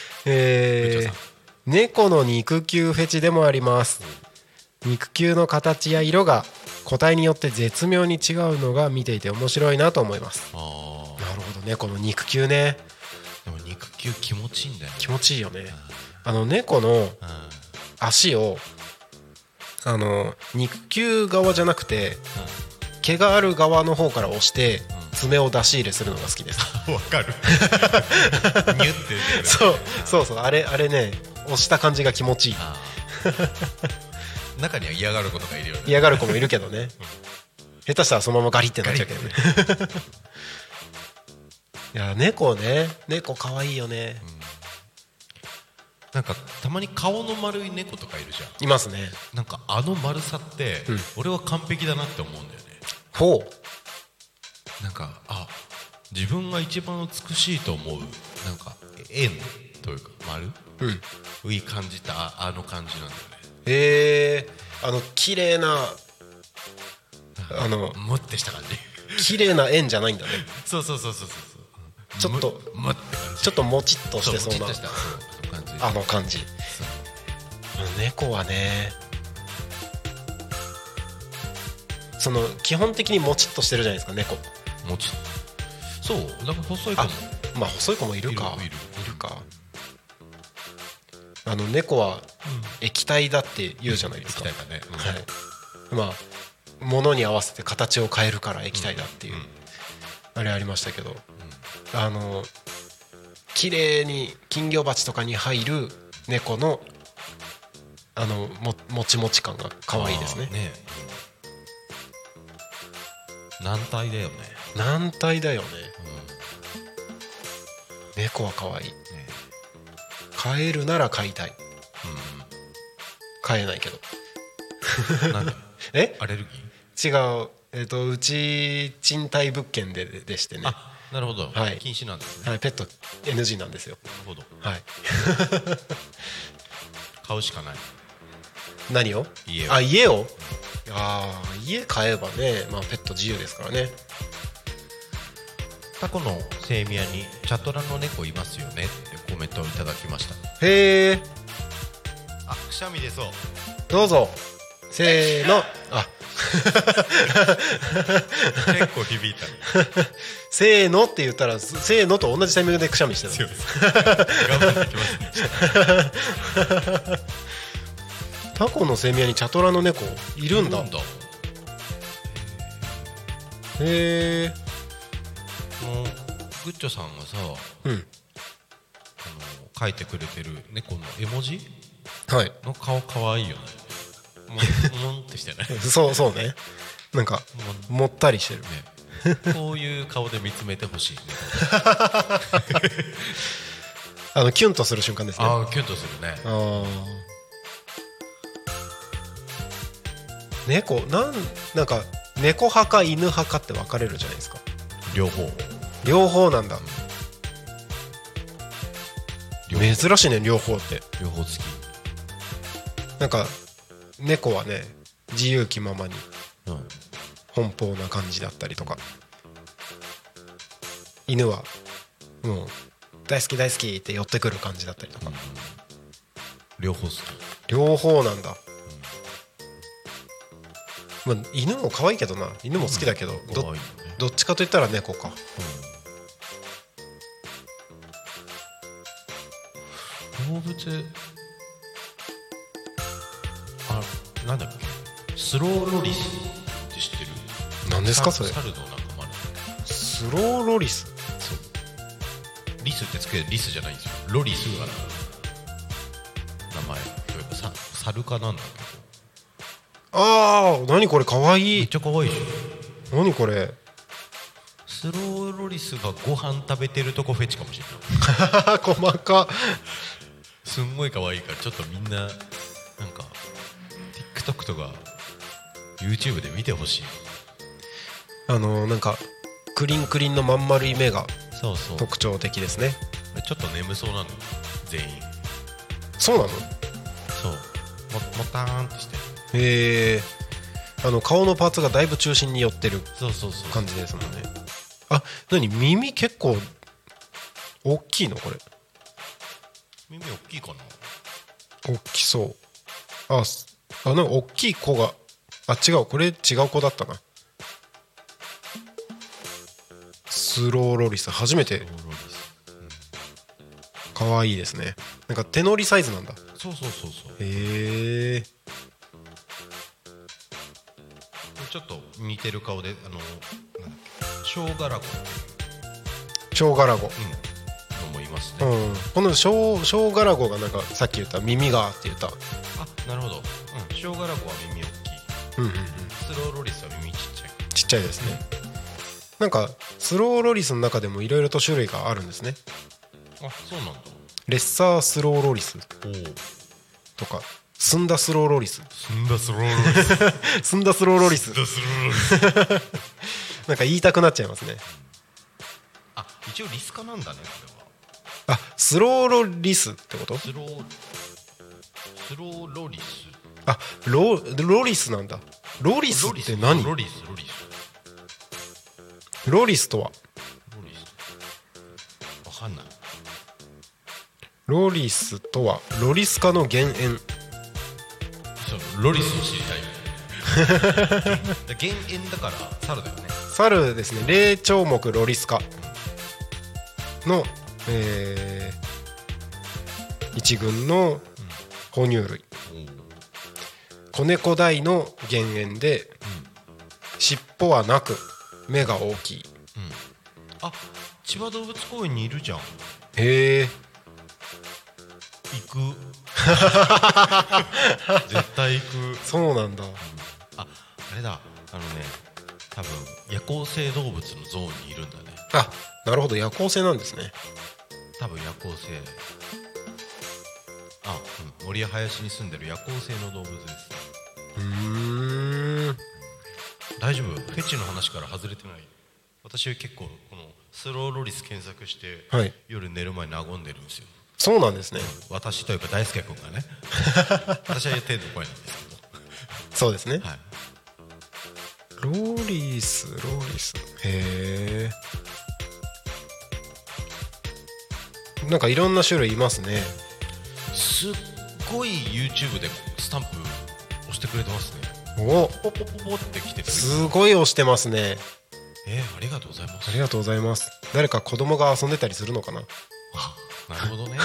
[SPEAKER 2] 猫の肉球フェチでもあります。肉球の形や色が個体によって絶妙に違うのが見ていて面白いなと思います。なるほどね、この肉球ね。
[SPEAKER 6] でも肉球気持ちいいんだよね。
[SPEAKER 2] 気持ちいいよね。猫の足を肉球側じゃなくて毛がある側の方から押して爪を出し入れするのが好きです。
[SPEAKER 6] わかる。ニュって
[SPEAKER 2] そうあれね、押した感じが気持ちいい。
[SPEAKER 6] 中には嫌がる子とかいるよね。
[SPEAKER 2] 嫌がる子もいるけどね、下手したらそのままガリってなっちゃうけどね。いや猫可愛いよね。
[SPEAKER 6] なんかたまに顔の丸い猫とかいるじゃん。
[SPEAKER 2] いますね。
[SPEAKER 6] なんか丸さって、俺は完璧だなって思うんだよね。
[SPEAKER 2] ほ
[SPEAKER 6] う。なんか自分が一番美しいと思うなんか円というか丸、いい感じた感じなんだよね。
[SPEAKER 2] 綺麗な
[SPEAKER 6] もってした感じ。
[SPEAKER 2] 綺麗な円じゃないんだね。
[SPEAKER 6] そう
[SPEAKER 2] ちょっと
[SPEAKER 6] もって感じ。
[SPEAKER 2] ちょっともちっとしてそうな感じ。猫はね、基本的にもちっとしてるじゃないですか、猫。
[SPEAKER 6] もちっ。そう、なんか細い子も。
[SPEAKER 2] まあ細い子もいるか。
[SPEAKER 6] いる
[SPEAKER 2] か。猫は液体だって言うじゃないですか。
[SPEAKER 6] 液体だね。
[SPEAKER 2] はい。まあ物に合わせて形を変えるから液体だっていうあれありましたけど、綺麗に金魚鉢とかに入る猫のもちもち感が可愛いですね。
[SPEAKER 6] 軟体だよね。
[SPEAKER 2] 軟体だよね。猫は可愛い。飼えるなら飼いたい。飼えないけど。
[SPEAKER 6] なんで？アレルギ
[SPEAKER 2] ー？違う。うち賃貸物件でしてね。
[SPEAKER 6] なるほど。
[SPEAKER 2] はい。
[SPEAKER 6] 禁止なんですね。
[SPEAKER 2] はい、ペット NG なんですよ。
[SPEAKER 6] なるほど。
[SPEAKER 2] はい。
[SPEAKER 6] 買うしかない。
[SPEAKER 2] 何を？家を？家買えばね、まあペット自由ですからね。
[SPEAKER 6] タコのセイミヤにチャトラの猫いますよねってコメントをいただきました。
[SPEAKER 2] へえ。
[SPEAKER 6] くしゃみ出そう。
[SPEAKER 2] どうぞ。せーの。
[SPEAKER 6] 結構響いた。
[SPEAKER 2] せーのって言ったらせーのと同じタイミングでくしゃみしてた。
[SPEAKER 6] 頑張ってきますね。
[SPEAKER 2] タコのセミヤにチャトラの猫いるんだ。へえ。
[SPEAKER 6] グッチョさんがさ、描いてくれてる猫の絵文字の顔かわいいよね。もんってしてね。
[SPEAKER 2] そうね。なんかもったりしてる
[SPEAKER 6] ね。こういう顔で見つめてほしいね。
[SPEAKER 2] キュンとする瞬間ですね。
[SPEAKER 6] キュンとするね。
[SPEAKER 2] 猫なんか猫派か犬派かって分かれるじゃないですか。両方なんだ。珍しいね、両方って。
[SPEAKER 6] 両方好き。
[SPEAKER 2] なんか猫はね、自由気ままに奔放な感じだったりとか、犬はもう大好き大好きって寄ってくる感じだったりとか。
[SPEAKER 6] 両方好き。
[SPEAKER 2] 両方なんだ。まあ、犬も可愛いけどな。犬も好きだけど、どっちかといったら猫か。
[SPEAKER 6] 動物、なんだっけ、スローロリスって知ってる？
[SPEAKER 2] 何ですかそれ？
[SPEAKER 6] 猿の仲間なんだけど。
[SPEAKER 2] スローロリス？
[SPEAKER 6] そう。リスってつけるリスじゃないんですよ。ロリスが名前というか猿かなんだけど。
[SPEAKER 2] 何これかわいい。
[SPEAKER 6] めっちゃかわいいでし
[SPEAKER 2] ょ。何これ。
[SPEAKER 6] スローロリスがご飯食べてるとこフェチかもしれ
[SPEAKER 2] ない。細か。
[SPEAKER 6] すんごいかわいいから、ちょっとみんななんか TikTok とか YouTube で見てほしい。
[SPEAKER 2] なんかクリンクリンのまん丸い目が特徴的ですね。
[SPEAKER 6] ちょっと眠そうなの全員。
[SPEAKER 2] そうなの？
[SPEAKER 6] そうもたーんってして。
[SPEAKER 2] へえ。顔のパーツがだいぶ中心に寄ってる感じですもんね。何？耳結構大きいのこれ？
[SPEAKER 6] 耳大きいかな？
[SPEAKER 2] 大きそう。なんか大きい子が違う、これ違う子だったな。スローロリス初めてかわいいですね。なんか手乗りサイズなんだ。
[SPEAKER 6] そうそうそうそう。
[SPEAKER 2] へえ。
[SPEAKER 6] ちょっと似てる顔でなんだっけ、ショウガラゴっていう
[SPEAKER 2] ショウガラゴ、
[SPEAKER 6] のもいます
[SPEAKER 2] う
[SPEAKER 6] ね。
[SPEAKER 2] ん、このショウガラゴがなんかさっき言った耳がって言った。
[SPEAKER 6] あ、なるほど。ショウガラゴは耳大きい。
[SPEAKER 2] うんうんうん、
[SPEAKER 6] スローロリスは耳ちっちゃい。
[SPEAKER 2] ちっちゃいですね。なんかスローロリスの中でもいろいろと種類があるんですね。
[SPEAKER 6] あ、そうなんだ。
[SPEAKER 2] レッサースローロリス
[SPEAKER 6] おお。
[SPEAKER 2] とかスンダスローロリス
[SPEAKER 6] スンダスローロリス。
[SPEAKER 2] スンダスローロリス
[SPEAKER 6] スンダスローロリス。
[SPEAKER 2] なんか言いたくなっちゃいますね。
[SPEAKER 6] あ、一応リス科なんだね、こ
[SPEAKER 2] あ、スローロリスってこと？
[SPEAKER 6] れは。スローロリス。
[SPEAKER 2] あ、ロリスなんだ。ロリスって何？
[SPEAKER 6] ロリス
[SPEAKER 2] ロリスとは？
[SPEAKER 6] わかんない。
[SPEAKER 2] ロリスとはロリス科の減塩。
[SPEAKER 6] そう、ロリスを知りたい。減塩だから猿だよね。
[SPEAKER 2] 猿ですね。霊長目ロリス科の、一群の哺乳類。子猫大の減塩で、尻尾はなく目が大きい。
[SPEAKER 6] あ、千葉動物公園にいるじゃん。
[SPEAKER 2] へえ。
[SPEAKER 6] 行く。絶対行く。
[SPEAKER 2] そうなんだ。
[SPEAKER 6] あれだ、多分夜行性動物のゾーンにいるんだね。
[SPEAKER 2] あ、なるほど、夜行性なんですね。
[SPEAKER 6] 多分夜行性。あ、森や林に住んでる夜行性の動物です。大丈夫？フェチの話から外れてない？私は結構このスローロリス検索して、
[SPEAKER 2] はい、
[SPEAKER 6] 夜寝る前に和んでるんですよ。
[SPEAKER 2] そうなんですね。
[SPEAKER 6] 私というか大輔君がね。私は程度声なんですけど。
[SPEAKER 2] そうですね、
[SPEAKER 6] はい、
[SPEAKER 2] ロリス。へえ。なんかいろんな種類いますね。
[SPEAKER 6] すっごい YouTube でスタンプ押してくれてますね。
[SPEAKER 2] お、
[SPEAKER 6] ポポポポって来てて、
[SPEAKER 2] すごい押してますね。
[SPEAKER 6] ありがとうございます。
[SPEAKER 2] ありがとうございます。誰か子供が遊んでたりするのかな。
[SPEAKER 6] あ、なるほどね。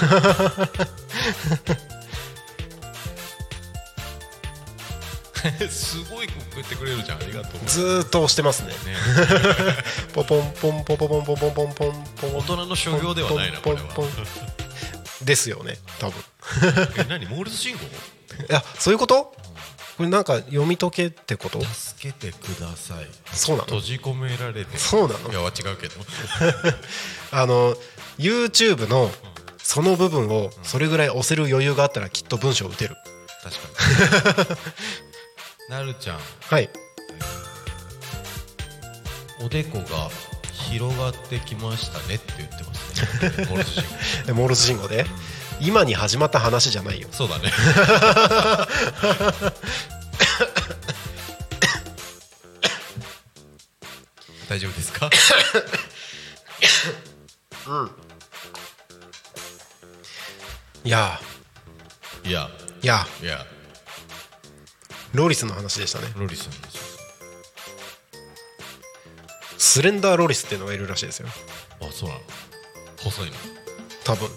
[SPEAKER 6] すごいこうやってくれるじゃん。ありがとう。
[SPEAKER 2] ずーっと押してますね。ポポンポンポポポンポポンポンポンポン。
[SPEAKER 6] 大人の所業ではないな、これは。
[SPEAKER 2] ですよね、多分。
[SPEAKER 6] 何、モールス信号？
[SPEAKER 2] いや、そういうこと？これなんか読み解けってこと？
[SPEAKER 6] 助けてください。
[SPEAKER 2] そうなの？
[SPEAKER 6] 閉じ込められて。
[SPEAKER 2] そうなの？
[SPEAKER 6] いや、違うけど。
[SPEAKER 2] YouTube のその部分をそれぐらい押せる余裕があったらきっと文章を打てる。
[SPEAKER 6] 確かに。なるちゃん、
[SPEAKER 2] はい。
[SPEAKER 6] おでこが広がってきましたねって言ってますね。モールス信号。
[SPEAKER 2] モールス信号で、今に始まった話じゃないよ。
[SPEAKER 6] そうだね。大丈夫ですか？
[SPEAKER 2] いや
[SPEAKER 6] いや
[SPEAKER 2] ロリスの話でしたね。
[SPEAKER 6] ロリスなんですよ。
[SPEAKER 2] スレンダーロリスっていうのがいるらしいですよ。
[SPEAKER 6] あ、そうなの？細いの？
[SPEAKER 2] 多分。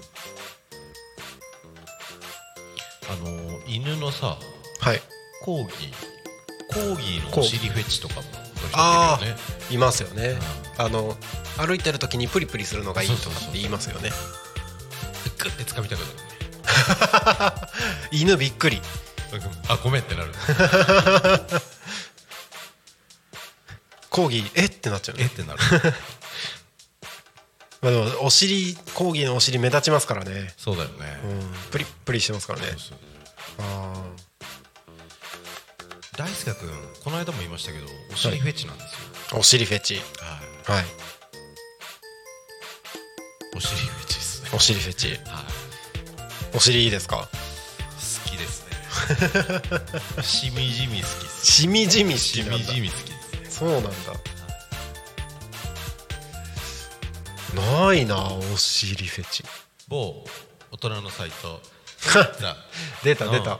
[SPEAKER 6] 犬のさ、
[SPEAKER 2] はい。
[SPEAKER 6] コーギーのお尻フェチとかも
[SPEAKER 2] あ
[SPEAKER 6] いるよね。
[SPEAKER 2] いますよね。歩いてる時にプリプリするのがいいとかって言いますよね。
[SPEAKER 6] グッて掴みたくなるね。
[SPEAKER 2] 犬びっくり。
[SPEAKER 6] あ、ごめんってなる。
[SPEAKER 2] コーギーってなっちゃうね。
[SPEAKER 6] ってなる。
[SPEAKER 2] まあでもコーギーのお尻目立ちますからね。
[SPEAKER 6] そうだよね。
[SPEAKER 2] プリップリしてますからね。
[SPEAKER 6] そう
[SPEAKER 2] あ、
[SPEAKER 6] 大輔君、この間も言いましたけど、お尻フェチなんですよ。
[SPEAKER 2] お尻フェチ。はい。
[SPEAKER 6] お尻フェチですね。
[SPEAKER 2] お尻フェチ。
[SPEAKER 6] はい。
[SPEAKER 2] お尻いいですか？
[SPEAKER 6] 好きですね。しみじみ好きです。
[SPEAKER 2] しみじみ好き
[SPEAKER 6] し
[SPEAKER 2] なんだ。
[SPEAKER 6] みじみ好きですね。
[SPEAKER 2] そうなんだ。ないな、お尻フェチ。
[SPEAKER 6] 某大人のサイト
[SPEAKER 2] 出た出た。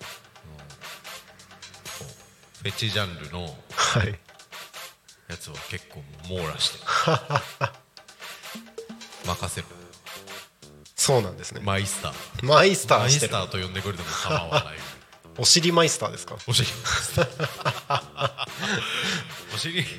[SPEAKER 6] フェチジャンルの
[SPEAKER 2] はい。
[SPEAKER 6] やつを結構網羅して任せろ。
[SPEAKER 2] そうなんですね。
[SPEAKER 6] マイスター
[SPEAKER 2] マイスタ
[SPEAKER 6] マイ
[SPEAKER 2] ーしてる。
[SPEAKER 6] スターと呼んでくれても構わない
[SPEAKER 2] お尻マイスターですか。
[SPEAKER 6] お尻マイスターお尻マイ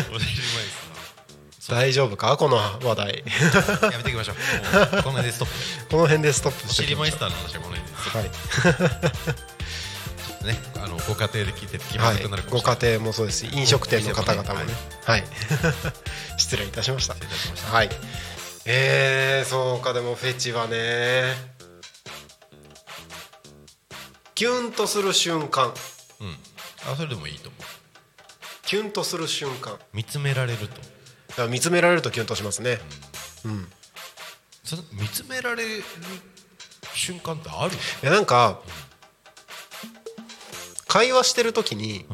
[SPEAKER 6] ス
[SPEAKER 2] 大丈夫かこの話題。
[SPEAKER 6] ターやめていきましょう。もうこの辺でストップ。
[SPEAKER 2] この辺でストップ
[SPEAKER 6] お
[SPEAKER 2] して
[SPEAKER 6] 尻マイスターの話はこの辺でストップ。
[SPEAKER 2] はい
[SPEAKER 6] ね、ご家庭で聞いてて気まずくなるかも
[SPEAKER 2] ご
[SPEAKER 6] しれない。
[SPEAKER 2] 家庭もそうですし、飲食店の方々もね、はい失礼いたしました。
[SPEAKER 6] 失礼いたしました。
[SPEAKER 2] はい。そうか。でもフェチはね、キュンとする瞬間、
[SPEAKER 6] あ、それでもいいと思う。
[SPEAKER 2] キュンとする瞬間、
[SPEAKER 6] 見つめられると。
[SPEAKER 2] だから見つめられるとキュンとしますね。
[SPEAKER 6] その見つめられる瞬間ってある？
[SPEAKER 2] いや、なんか会話してる時に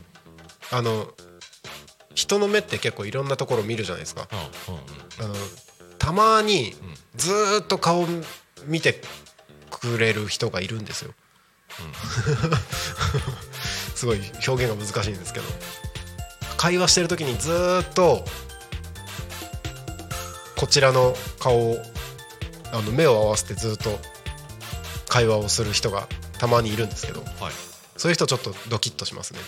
[SPEAKER 2] 人の目って結構いろんなところ見るじゃないですか。たまにずーっと顔見てくれる人がいるんですよ。すごい表現が難しいんですけど、会話してる時にずーっとこちらの顔を目を合わせてずっと会話をする人がたまにいるんですけど、
[SPEAKER 6] はい、
[SPEAKER 2] そういう人ちょっとドキッとしますね。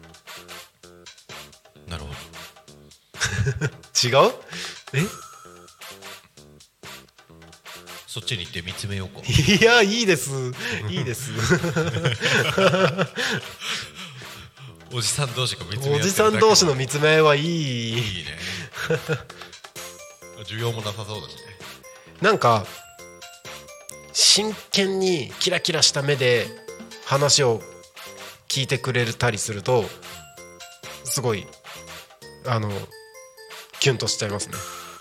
[SPEAKER 6] なるほど。
[SPEAKER 2] 違う？
[SPEAKER 6] そっちに行って見つめようか。
[SPEAKER 2] いや、いいですいいです
[SPEAKER 6] おじさん同士が見つめ合ってるだけ。
[SPEAKER 2] おじさん同士の見つめ合いはいい。
[SPEAKER 6] いいね。需要もなさそうだしね。
[SPEAKER 2] なんか真剣にキラキラした目で話を聞いてくれたりするとすごいキュンとしちゃいますね。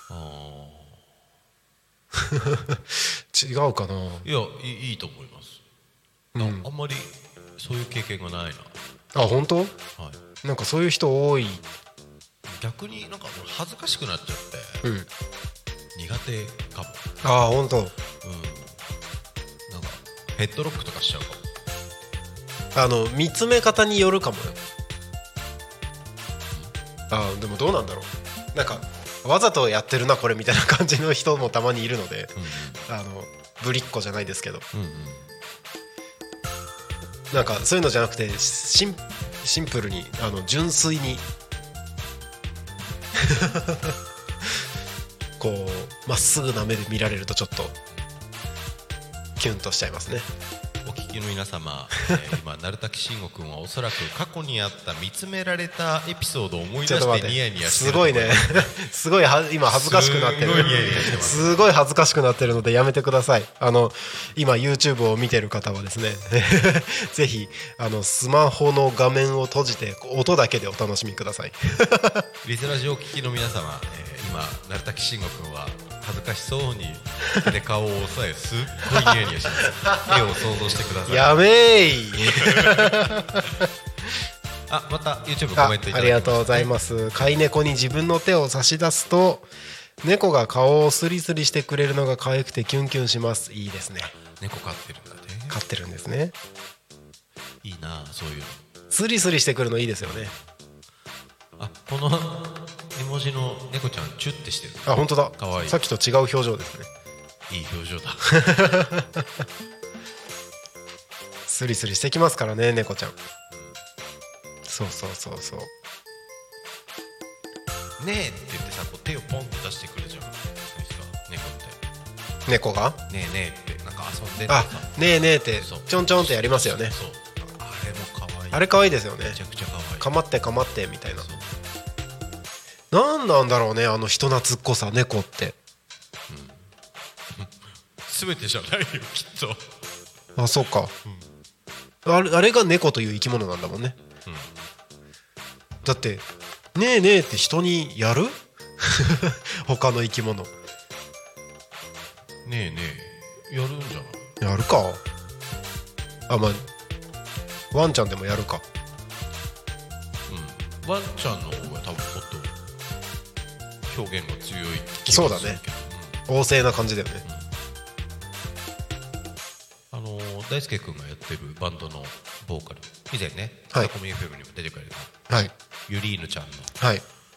[SPEAKER 2] 違うかな。
[SPEAKER 6] いや、いいと思います。あんまりそういう経験がないな。
[SPEAKER 2] あ、本当？
[SPEAKER 6] はい。
[SPEAKER 2] なんかそういう人多い。
[SPEAKER 6] 逆になんか恥ずかしくなっちゃって、苦手かも。
[SPEAKER 2] ああ、本当。
[SPEAKER 6] なんかヘッドロックとかしちゃうかも。
[SPEAKER 2] 見つめ方によるかもよ。でもどうなんだろう。なんかわざとやってるなこれみたいな感じの人もたまにいるので、ぶりっ子じゃないですけど、なんかそういうのじゃなくてシンプルに純粋にこうまっすぐな目で見られるとちょっとキュンとしちゃいますね。
[SPEAKER 6] お聞きの皆様、今鳴滝慎吾君はおそらく過去にあった見つめられたエピソードを思い出してニヤニヤしてる。
[SPEAKER 2] すごいねすごい今恥ずかしくなってる。
[SPEAKER 6] すごいニヤニヤしてます。
[SPEAKER 2] すごい恥ずかしくなってるのでやめてください。今 YouTube を見てる方はですねぜひスマホの画面を閉じて音だけでお楽しみください
[SPEAKER 6] リスラジオお聞きの皆様、今鳴滝慎吾君は恥ずかしそうに手で顔を押さえすっごいニヤニヤしてます絵を想像してください。
[SPEAKER 2] やめーい
[SPEAKER 6] また YouTube コメントいただきました。
[SPEAKER 2] ありがとうございます。飼い猫に自分の手を差し出すと猫が顔をスリスリしてくれるのが可愛くてキュンキュンします。いいですね。
[SPEAKER 6] 猫飼ってるんだね。
[SPEAKER 2] 飼ってるんですね。
[SPEAKER 6] いいなそういうの。
[SPEAKER 2] スリスリしてくるのいいですよね。
[SPEAKER 6] この絵文字の猫ちゃんチュッてしてる。
[SPEAKER 2] あ、本当だ。
[SPEAKER 6] かわいい。
[SPEAKER 2] さっきと違う表情ですね。
[SPEAKER 6] いい表情だ
[SPEAKER 2] スリスリしてきますからね、猫ちゃん。そうそうそうそう。
[SPEAKER 6] ねえって言ってさ、こう手をポンって出してくるじゃん。そうですか、猫って。
[SPEAKER 2] 猫が
[SPEAKER 6] ねえねえってなんか遊んでてさ、
[SPEAKER 2] ねえねえってちょんちょんってやりますよね。
[SPEAKER 6] そう、あれも可愛い。
[SPEAKER 2] あれ可愛いですよね。
[SPEAKER 6] めちゃくちゃ可愛い。
[SPEAKER 2] かまってかまってみたいな。なんなんだろうね、人懐っこさ、猫って。
[SPEAKER 6] 全てじゃないよきっと。
[SPEAKER 2] あ、そうか、あれが猫という生き物なんだもんね、だってねえねえって人にやる他の生き物。
[SPEAKER 6] ねえねえやるんじゃない。
[SPEAKER 2] やるか。まあワンちゃんでもやるか。
[SPEAKER 6] ワンちゃんの方が多分もっと表現が強い気がするけど。
[SPEAKER 2] そうだね、旺盛な感じだよね。
[SPEAKER 6] 大輔君がやってるバンドのボーカル、以前ね、
[SPEAKER 2] はい、
[SPEAKER 6] タコミ FM にも出てくれた、
[SPEAKER 2] はい、
[SPEAKER 6] ユリーヌちゃんの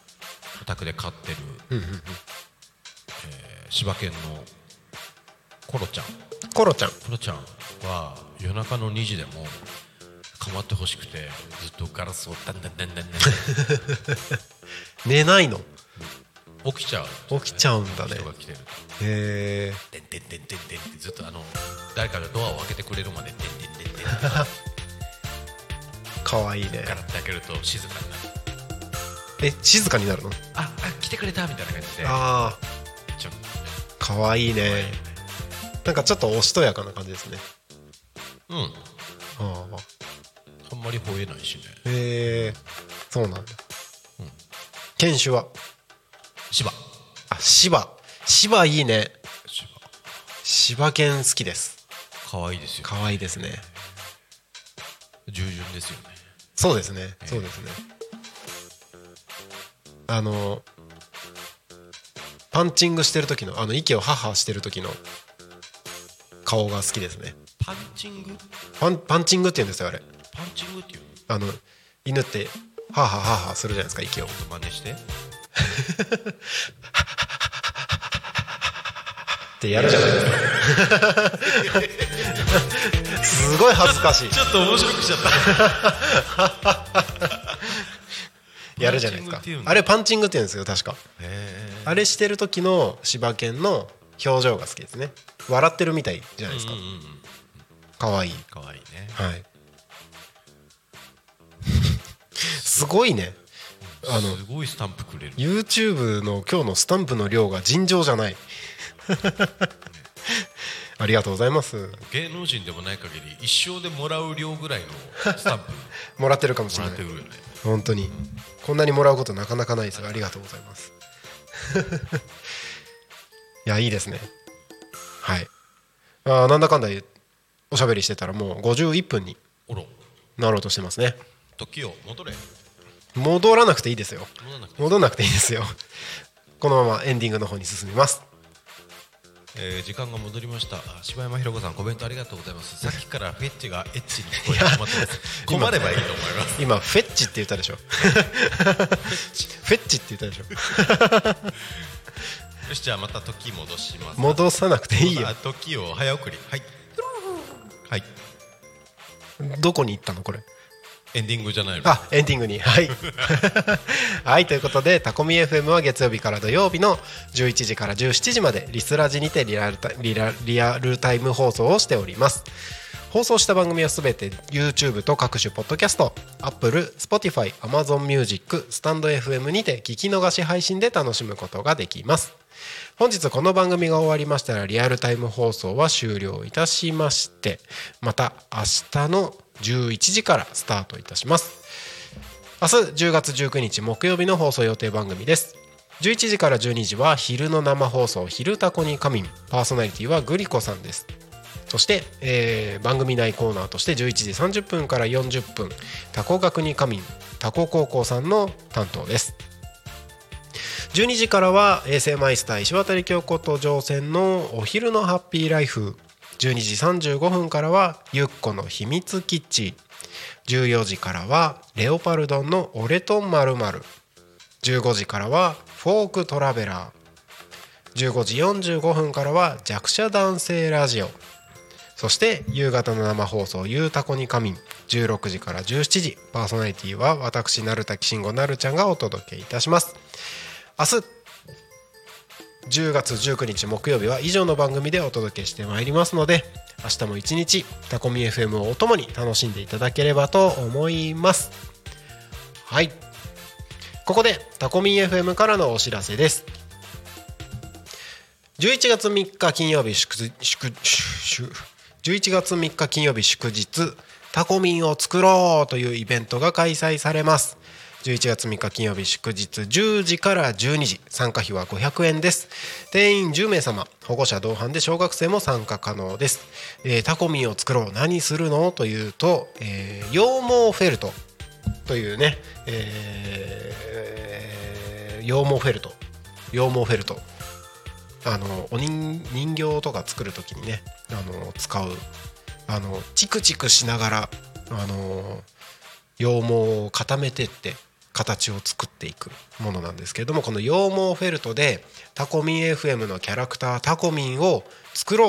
[SPEAKER 6] お宅で飼ってる、柴犬のコロちゃん
[SPEAKER 2] コロちゃん。
[SPEAKER 6] コロちゃんは夜中の2時でも構ってほしくてずっとガラスをダンダンダンダンダン
[SPEAKER 2] 寝ないの？
[SPEAKER 6] 起きちゃう、
[SPEAKER 2] 起きちゃうんだね。
[SPEAKER 6] 人が来てると
[SPEAKER 2] へえ。
[SPEAKER 6] てんてんてんてんてんってずっと誰かがドアを開けてくれるまでてんてんてんてん
[SPEAKER 2] かわいいね。
[SPEAKER 6] ガラッて開けると静かになる。
[SPEAKER 2] 静かになるの？
[SPEAKER 6] あ来てくれたみたいな感じで
[SPEAKER 2] あ
[SPEAKER 6] ちょっ
[SPEAKER 2] あ、かわいいね。なんかちょっとおしとやかな感じですね。
[SPEAKER 6] とうん
[SPEAKER 2] ああ、
[SPEAKER 6] あんまり吠えないしね。
[SPEAKER 2] へえ、そうなんだ。犬種は？
[SPEAKER 6] 芝
[SPEAKER 2] あ、芝いいね。
[SPEAKER 6] 芝
[SPEAKER 2] 柴犬好きです。
[SPEAKER 6] 可愛いですよ、
[SPEAKER 2] 可愛いですね。
[SPEAKER 6] 従順ですよね。
[SPEAKER 2] そうですね、そうですね。パンチングしてる時の息をハハしてる時の顔が好きですね。
[SPEAKER 6] パンチング
[SPEAKER 2] パンチングって言うんですよ、あれ。
[SPEAKER 6] パンチングっていう
[SPEAKER 2] 犬ってハハハハするじゃないですか、息を。
[SPEAKER 6] の真似して
[SPEAKER 2] ってやるじゃないですか。すごい恥ずかしい。
[SPEAKER 6] ちょっと面白くしちゃった
[SPEAKER 2] やるじゃないですか
[SPEAKER 6] パンチングっていうん。だ
[SPEAKER 2] あれパンチングって言うんですよ、確か。
[SPEAKER 6] へ
[SPEAKER 2] あれしてる時の柴犬の表情が好きですね。笑ってるみたいじゃないですか。かわいい。
[SPEAKER 6] 可愛いね。
[SPEAKER 2] はい。すごいね。
[SPEAKER 6] すごいスタンプくれる。
[SPEAKER 2] YouTube の今日のスタンプの量が尋常じゃない。ありがとうございます。
[SPEAKER 6] 芸能人でもない限り一生でもらう量ぐらいのスタンプ
[SPEAKER 2] もらってるかもしれない。
[SPEAKER 6] もらってくるよね。
[SPEAKER 2] 本当にこんなにもらうことなかなかないですよ。ありがとうございます。いや、いいですね。はい。なんだかんだおしゃべりしてたらもう51分に
[SPEAKER 6] おろ
[SPEAKER 2] なろうとしてますね。
[SPEAKER 6] 時を戻れ。
[SPEAKER 2] 戻らなくていいですよ。
[SPEAKER 6] 戻らなくて
[SPEAKER 2] 戻らなくていいですよ。このままエンディングの方に進みます。
[SPEAKER 6] 時間が戻りました。柴山ひろ子さん、コメントありがとうございます。さっきからフェッチがエッチに聞こえてしまってます困ればいいと思います。
[SPEAKER 2] 今フェッチって言ったでしょ。フェッチって言ったでしょ。
[SPEAKER 6] よし、じゃあまた時戻します。
[SPEAKER 2] 戻さなくていいよ。
[SPEAKER 6] 時を早送り。はいはい。
[SPEAKER 2] どこに行ったのこれ。
[SPEAKER 6] エンディングじゃないの。
[SPEAKER 2] あ、エンディングに。はいはい、ということでタコミ FM は月曜日から土曜日の11時から17時までリスラジにてリアルタイム放送をしております。放送した番組はすべて YouTube と各種ポッドキャスト、 Apple、Spotify、Amazon Music、スタンド FM にて聞き逃し配信で楽しむことができます。本日この番組が終わりましたらリアルタイム放送は終了いたしまして、また明日の11時からスタートいたします。明日10月19日木曜日の放送予定番組です。11時から12時は昼の生放送昼タコに仮眠、パーソナリティはグリコさんです。そして、番組内コーナーとして11時30分から40分タコ学に仮眠タコ高校さんの担当です。12時からは衛星マイスター石渡京子と乗船のお昼のハッピーライフ。12時35分からはゆっこの秘密基地。14時からはレオパルドンの俺と〇〇。15時からはフォークトラベラー。15時45分からは弱者男性ラジオ。そして夕方の生放送ゆうたこに仮眠。16時から17時パーソナリティは私成田慎吾なるちゃんがお届けいたします。明日10月19日木曜日は以上の番組でお届けしてまいりますので、明日も一日タコミ FM をお供に楽しんでいただければと思います。はい、ここでタコミ FM からのお知らせです。11月3日金曜日11月3日金曜日祝日タコミンを作ろうというイベントが開催されます。11月3日金曜日祝日10時から12時、参加費は500円です。定員10名様、保護者同伴で小学生も参加可能です。タコミンを作ろう、何するのというと、羊毛フェルトというね、羊毛フェルト人形とか作るときにね使うチクチクしながら羊毛を固めてって形を作っていくものなんですけれども、この羊毛フェルトでタコミン FM のキャラクタータコミンを作ろうと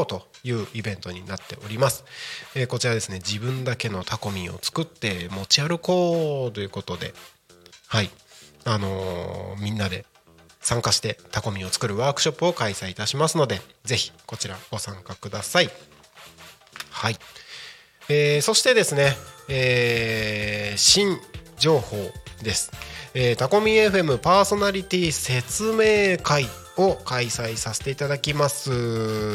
[SPEAKER 2] いうイベントになっております。こちらですね、自分だけのタコミンを作って持ち歩こうということで、はい、みんなで参加してタコミンを作るワークショップを開催いたしますので、ぜひこちらご参加ください。はい、そしてですね、新情報です。タコミン FM パーソナリティ説明会を開催させていただきます。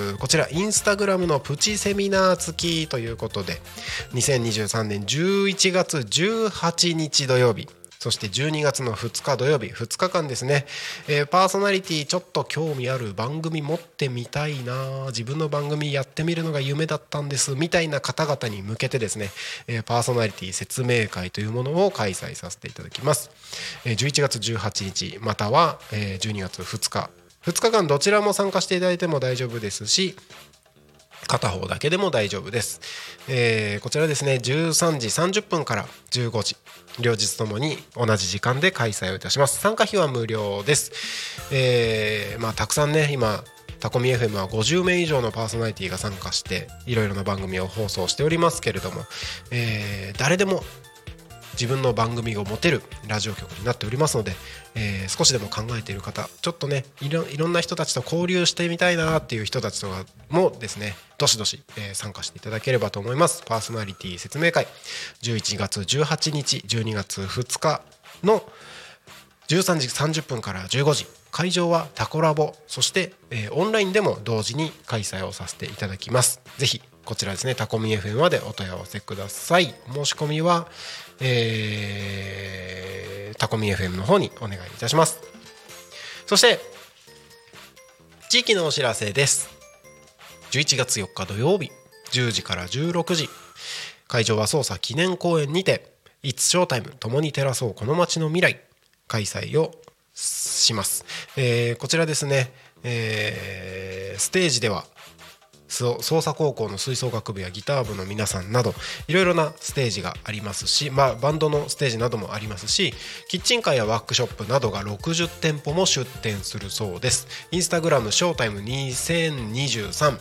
[SPEAKER 2] こちらインスタグラムのプチセミナー付きということで、2023年11月18日土曜日、そして12月の2日土曜日、2日間ですね、パーソナリティちょっと興味ある番組持ってみたいな、自分の番組やってみるのが夢だったんですみたいな方々に向けてですね、パーソナリティ説明会というものを開催させていただきます。11月18日または12月2日間どちらも参加していただいても大丈夫ですし、片方だけでも大丈夫です。こちらですね、13時30分から15時両日ともに同じ時間で開催をいたします。参加費は無料です。たくさんね、今タコミ FM は50名以上のパーソナリティが参加していろいろな番組を放送しておりますけれども、誰でも自分の番組を持てるラジオ局になっておりますので、少しでも考えている方、ちょっとねいろんな人たちと交流してみたいなっていう人たちとかもですね、どしどし、参加していただければと思います。パーソナリティ説明会11月18日12月2日の13時30分から15時、会場はタコラボ、そして、オンラインでも同時に開催をさせていただきます。ぜひこちらですね、タコミ FM までお問い合わせください。申し込みは、タコミ FM の方にお願いいたします。そして地域のお知らせです。11月4日土曜日10時から16時、会場は捜査記念公園にて It's Showtime 共に照らそうこの街の未来開催をします。こちらですね、ステージでは捜査高校の吹奏楽部やギター部の皆さんなどいろいろなステージがありますし、バンドのステージなどもありますし、キッチンカーやワークショップなどが60店舗も出店するそうです。インスタグラムショータイム2023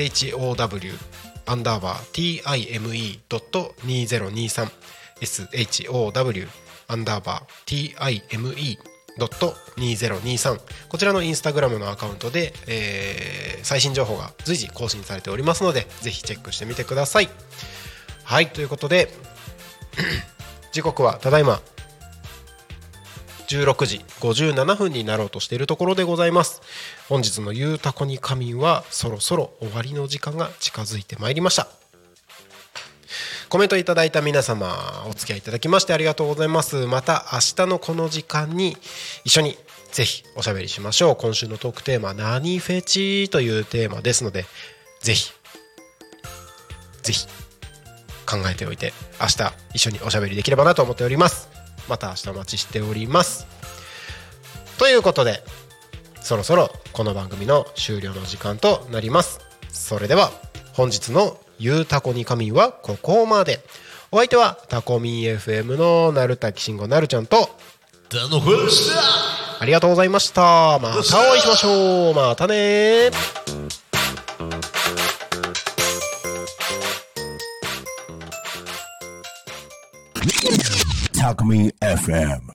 [SPEAKER 2] SHOW_TIME.2023 SHOW_TIME.2023 こちらのインスタグラムのアカウントで、最新情報が随時更新されておりますので、ぜひチェックしてみてください。はい、ということで時刻はただいま16時57分になろうとしているところでございます。本日のゆうたこに仮眠はそろそろ終わりの時間が近づいてまいりました。コメントいただいた皆様お付き合いいただきましてありがとうございます。また明日のこの時間に一緒にぜひおしゃべりしましょう。今週のトークテーマ何フェチというテーマですので、ぜひ考えておいて明日一緒におしゃべりできればなと思っております。また明日お待ちしております。ということでそろそろこの番組の終了の時間となります。それでは本日のゆうたこに仮眠はここまで。お相手はタコミン FM のなるたきしんごなるちゃんとありがとうございました。またお会いしましょう。またね。
[SPEAKER 5] タコミン FM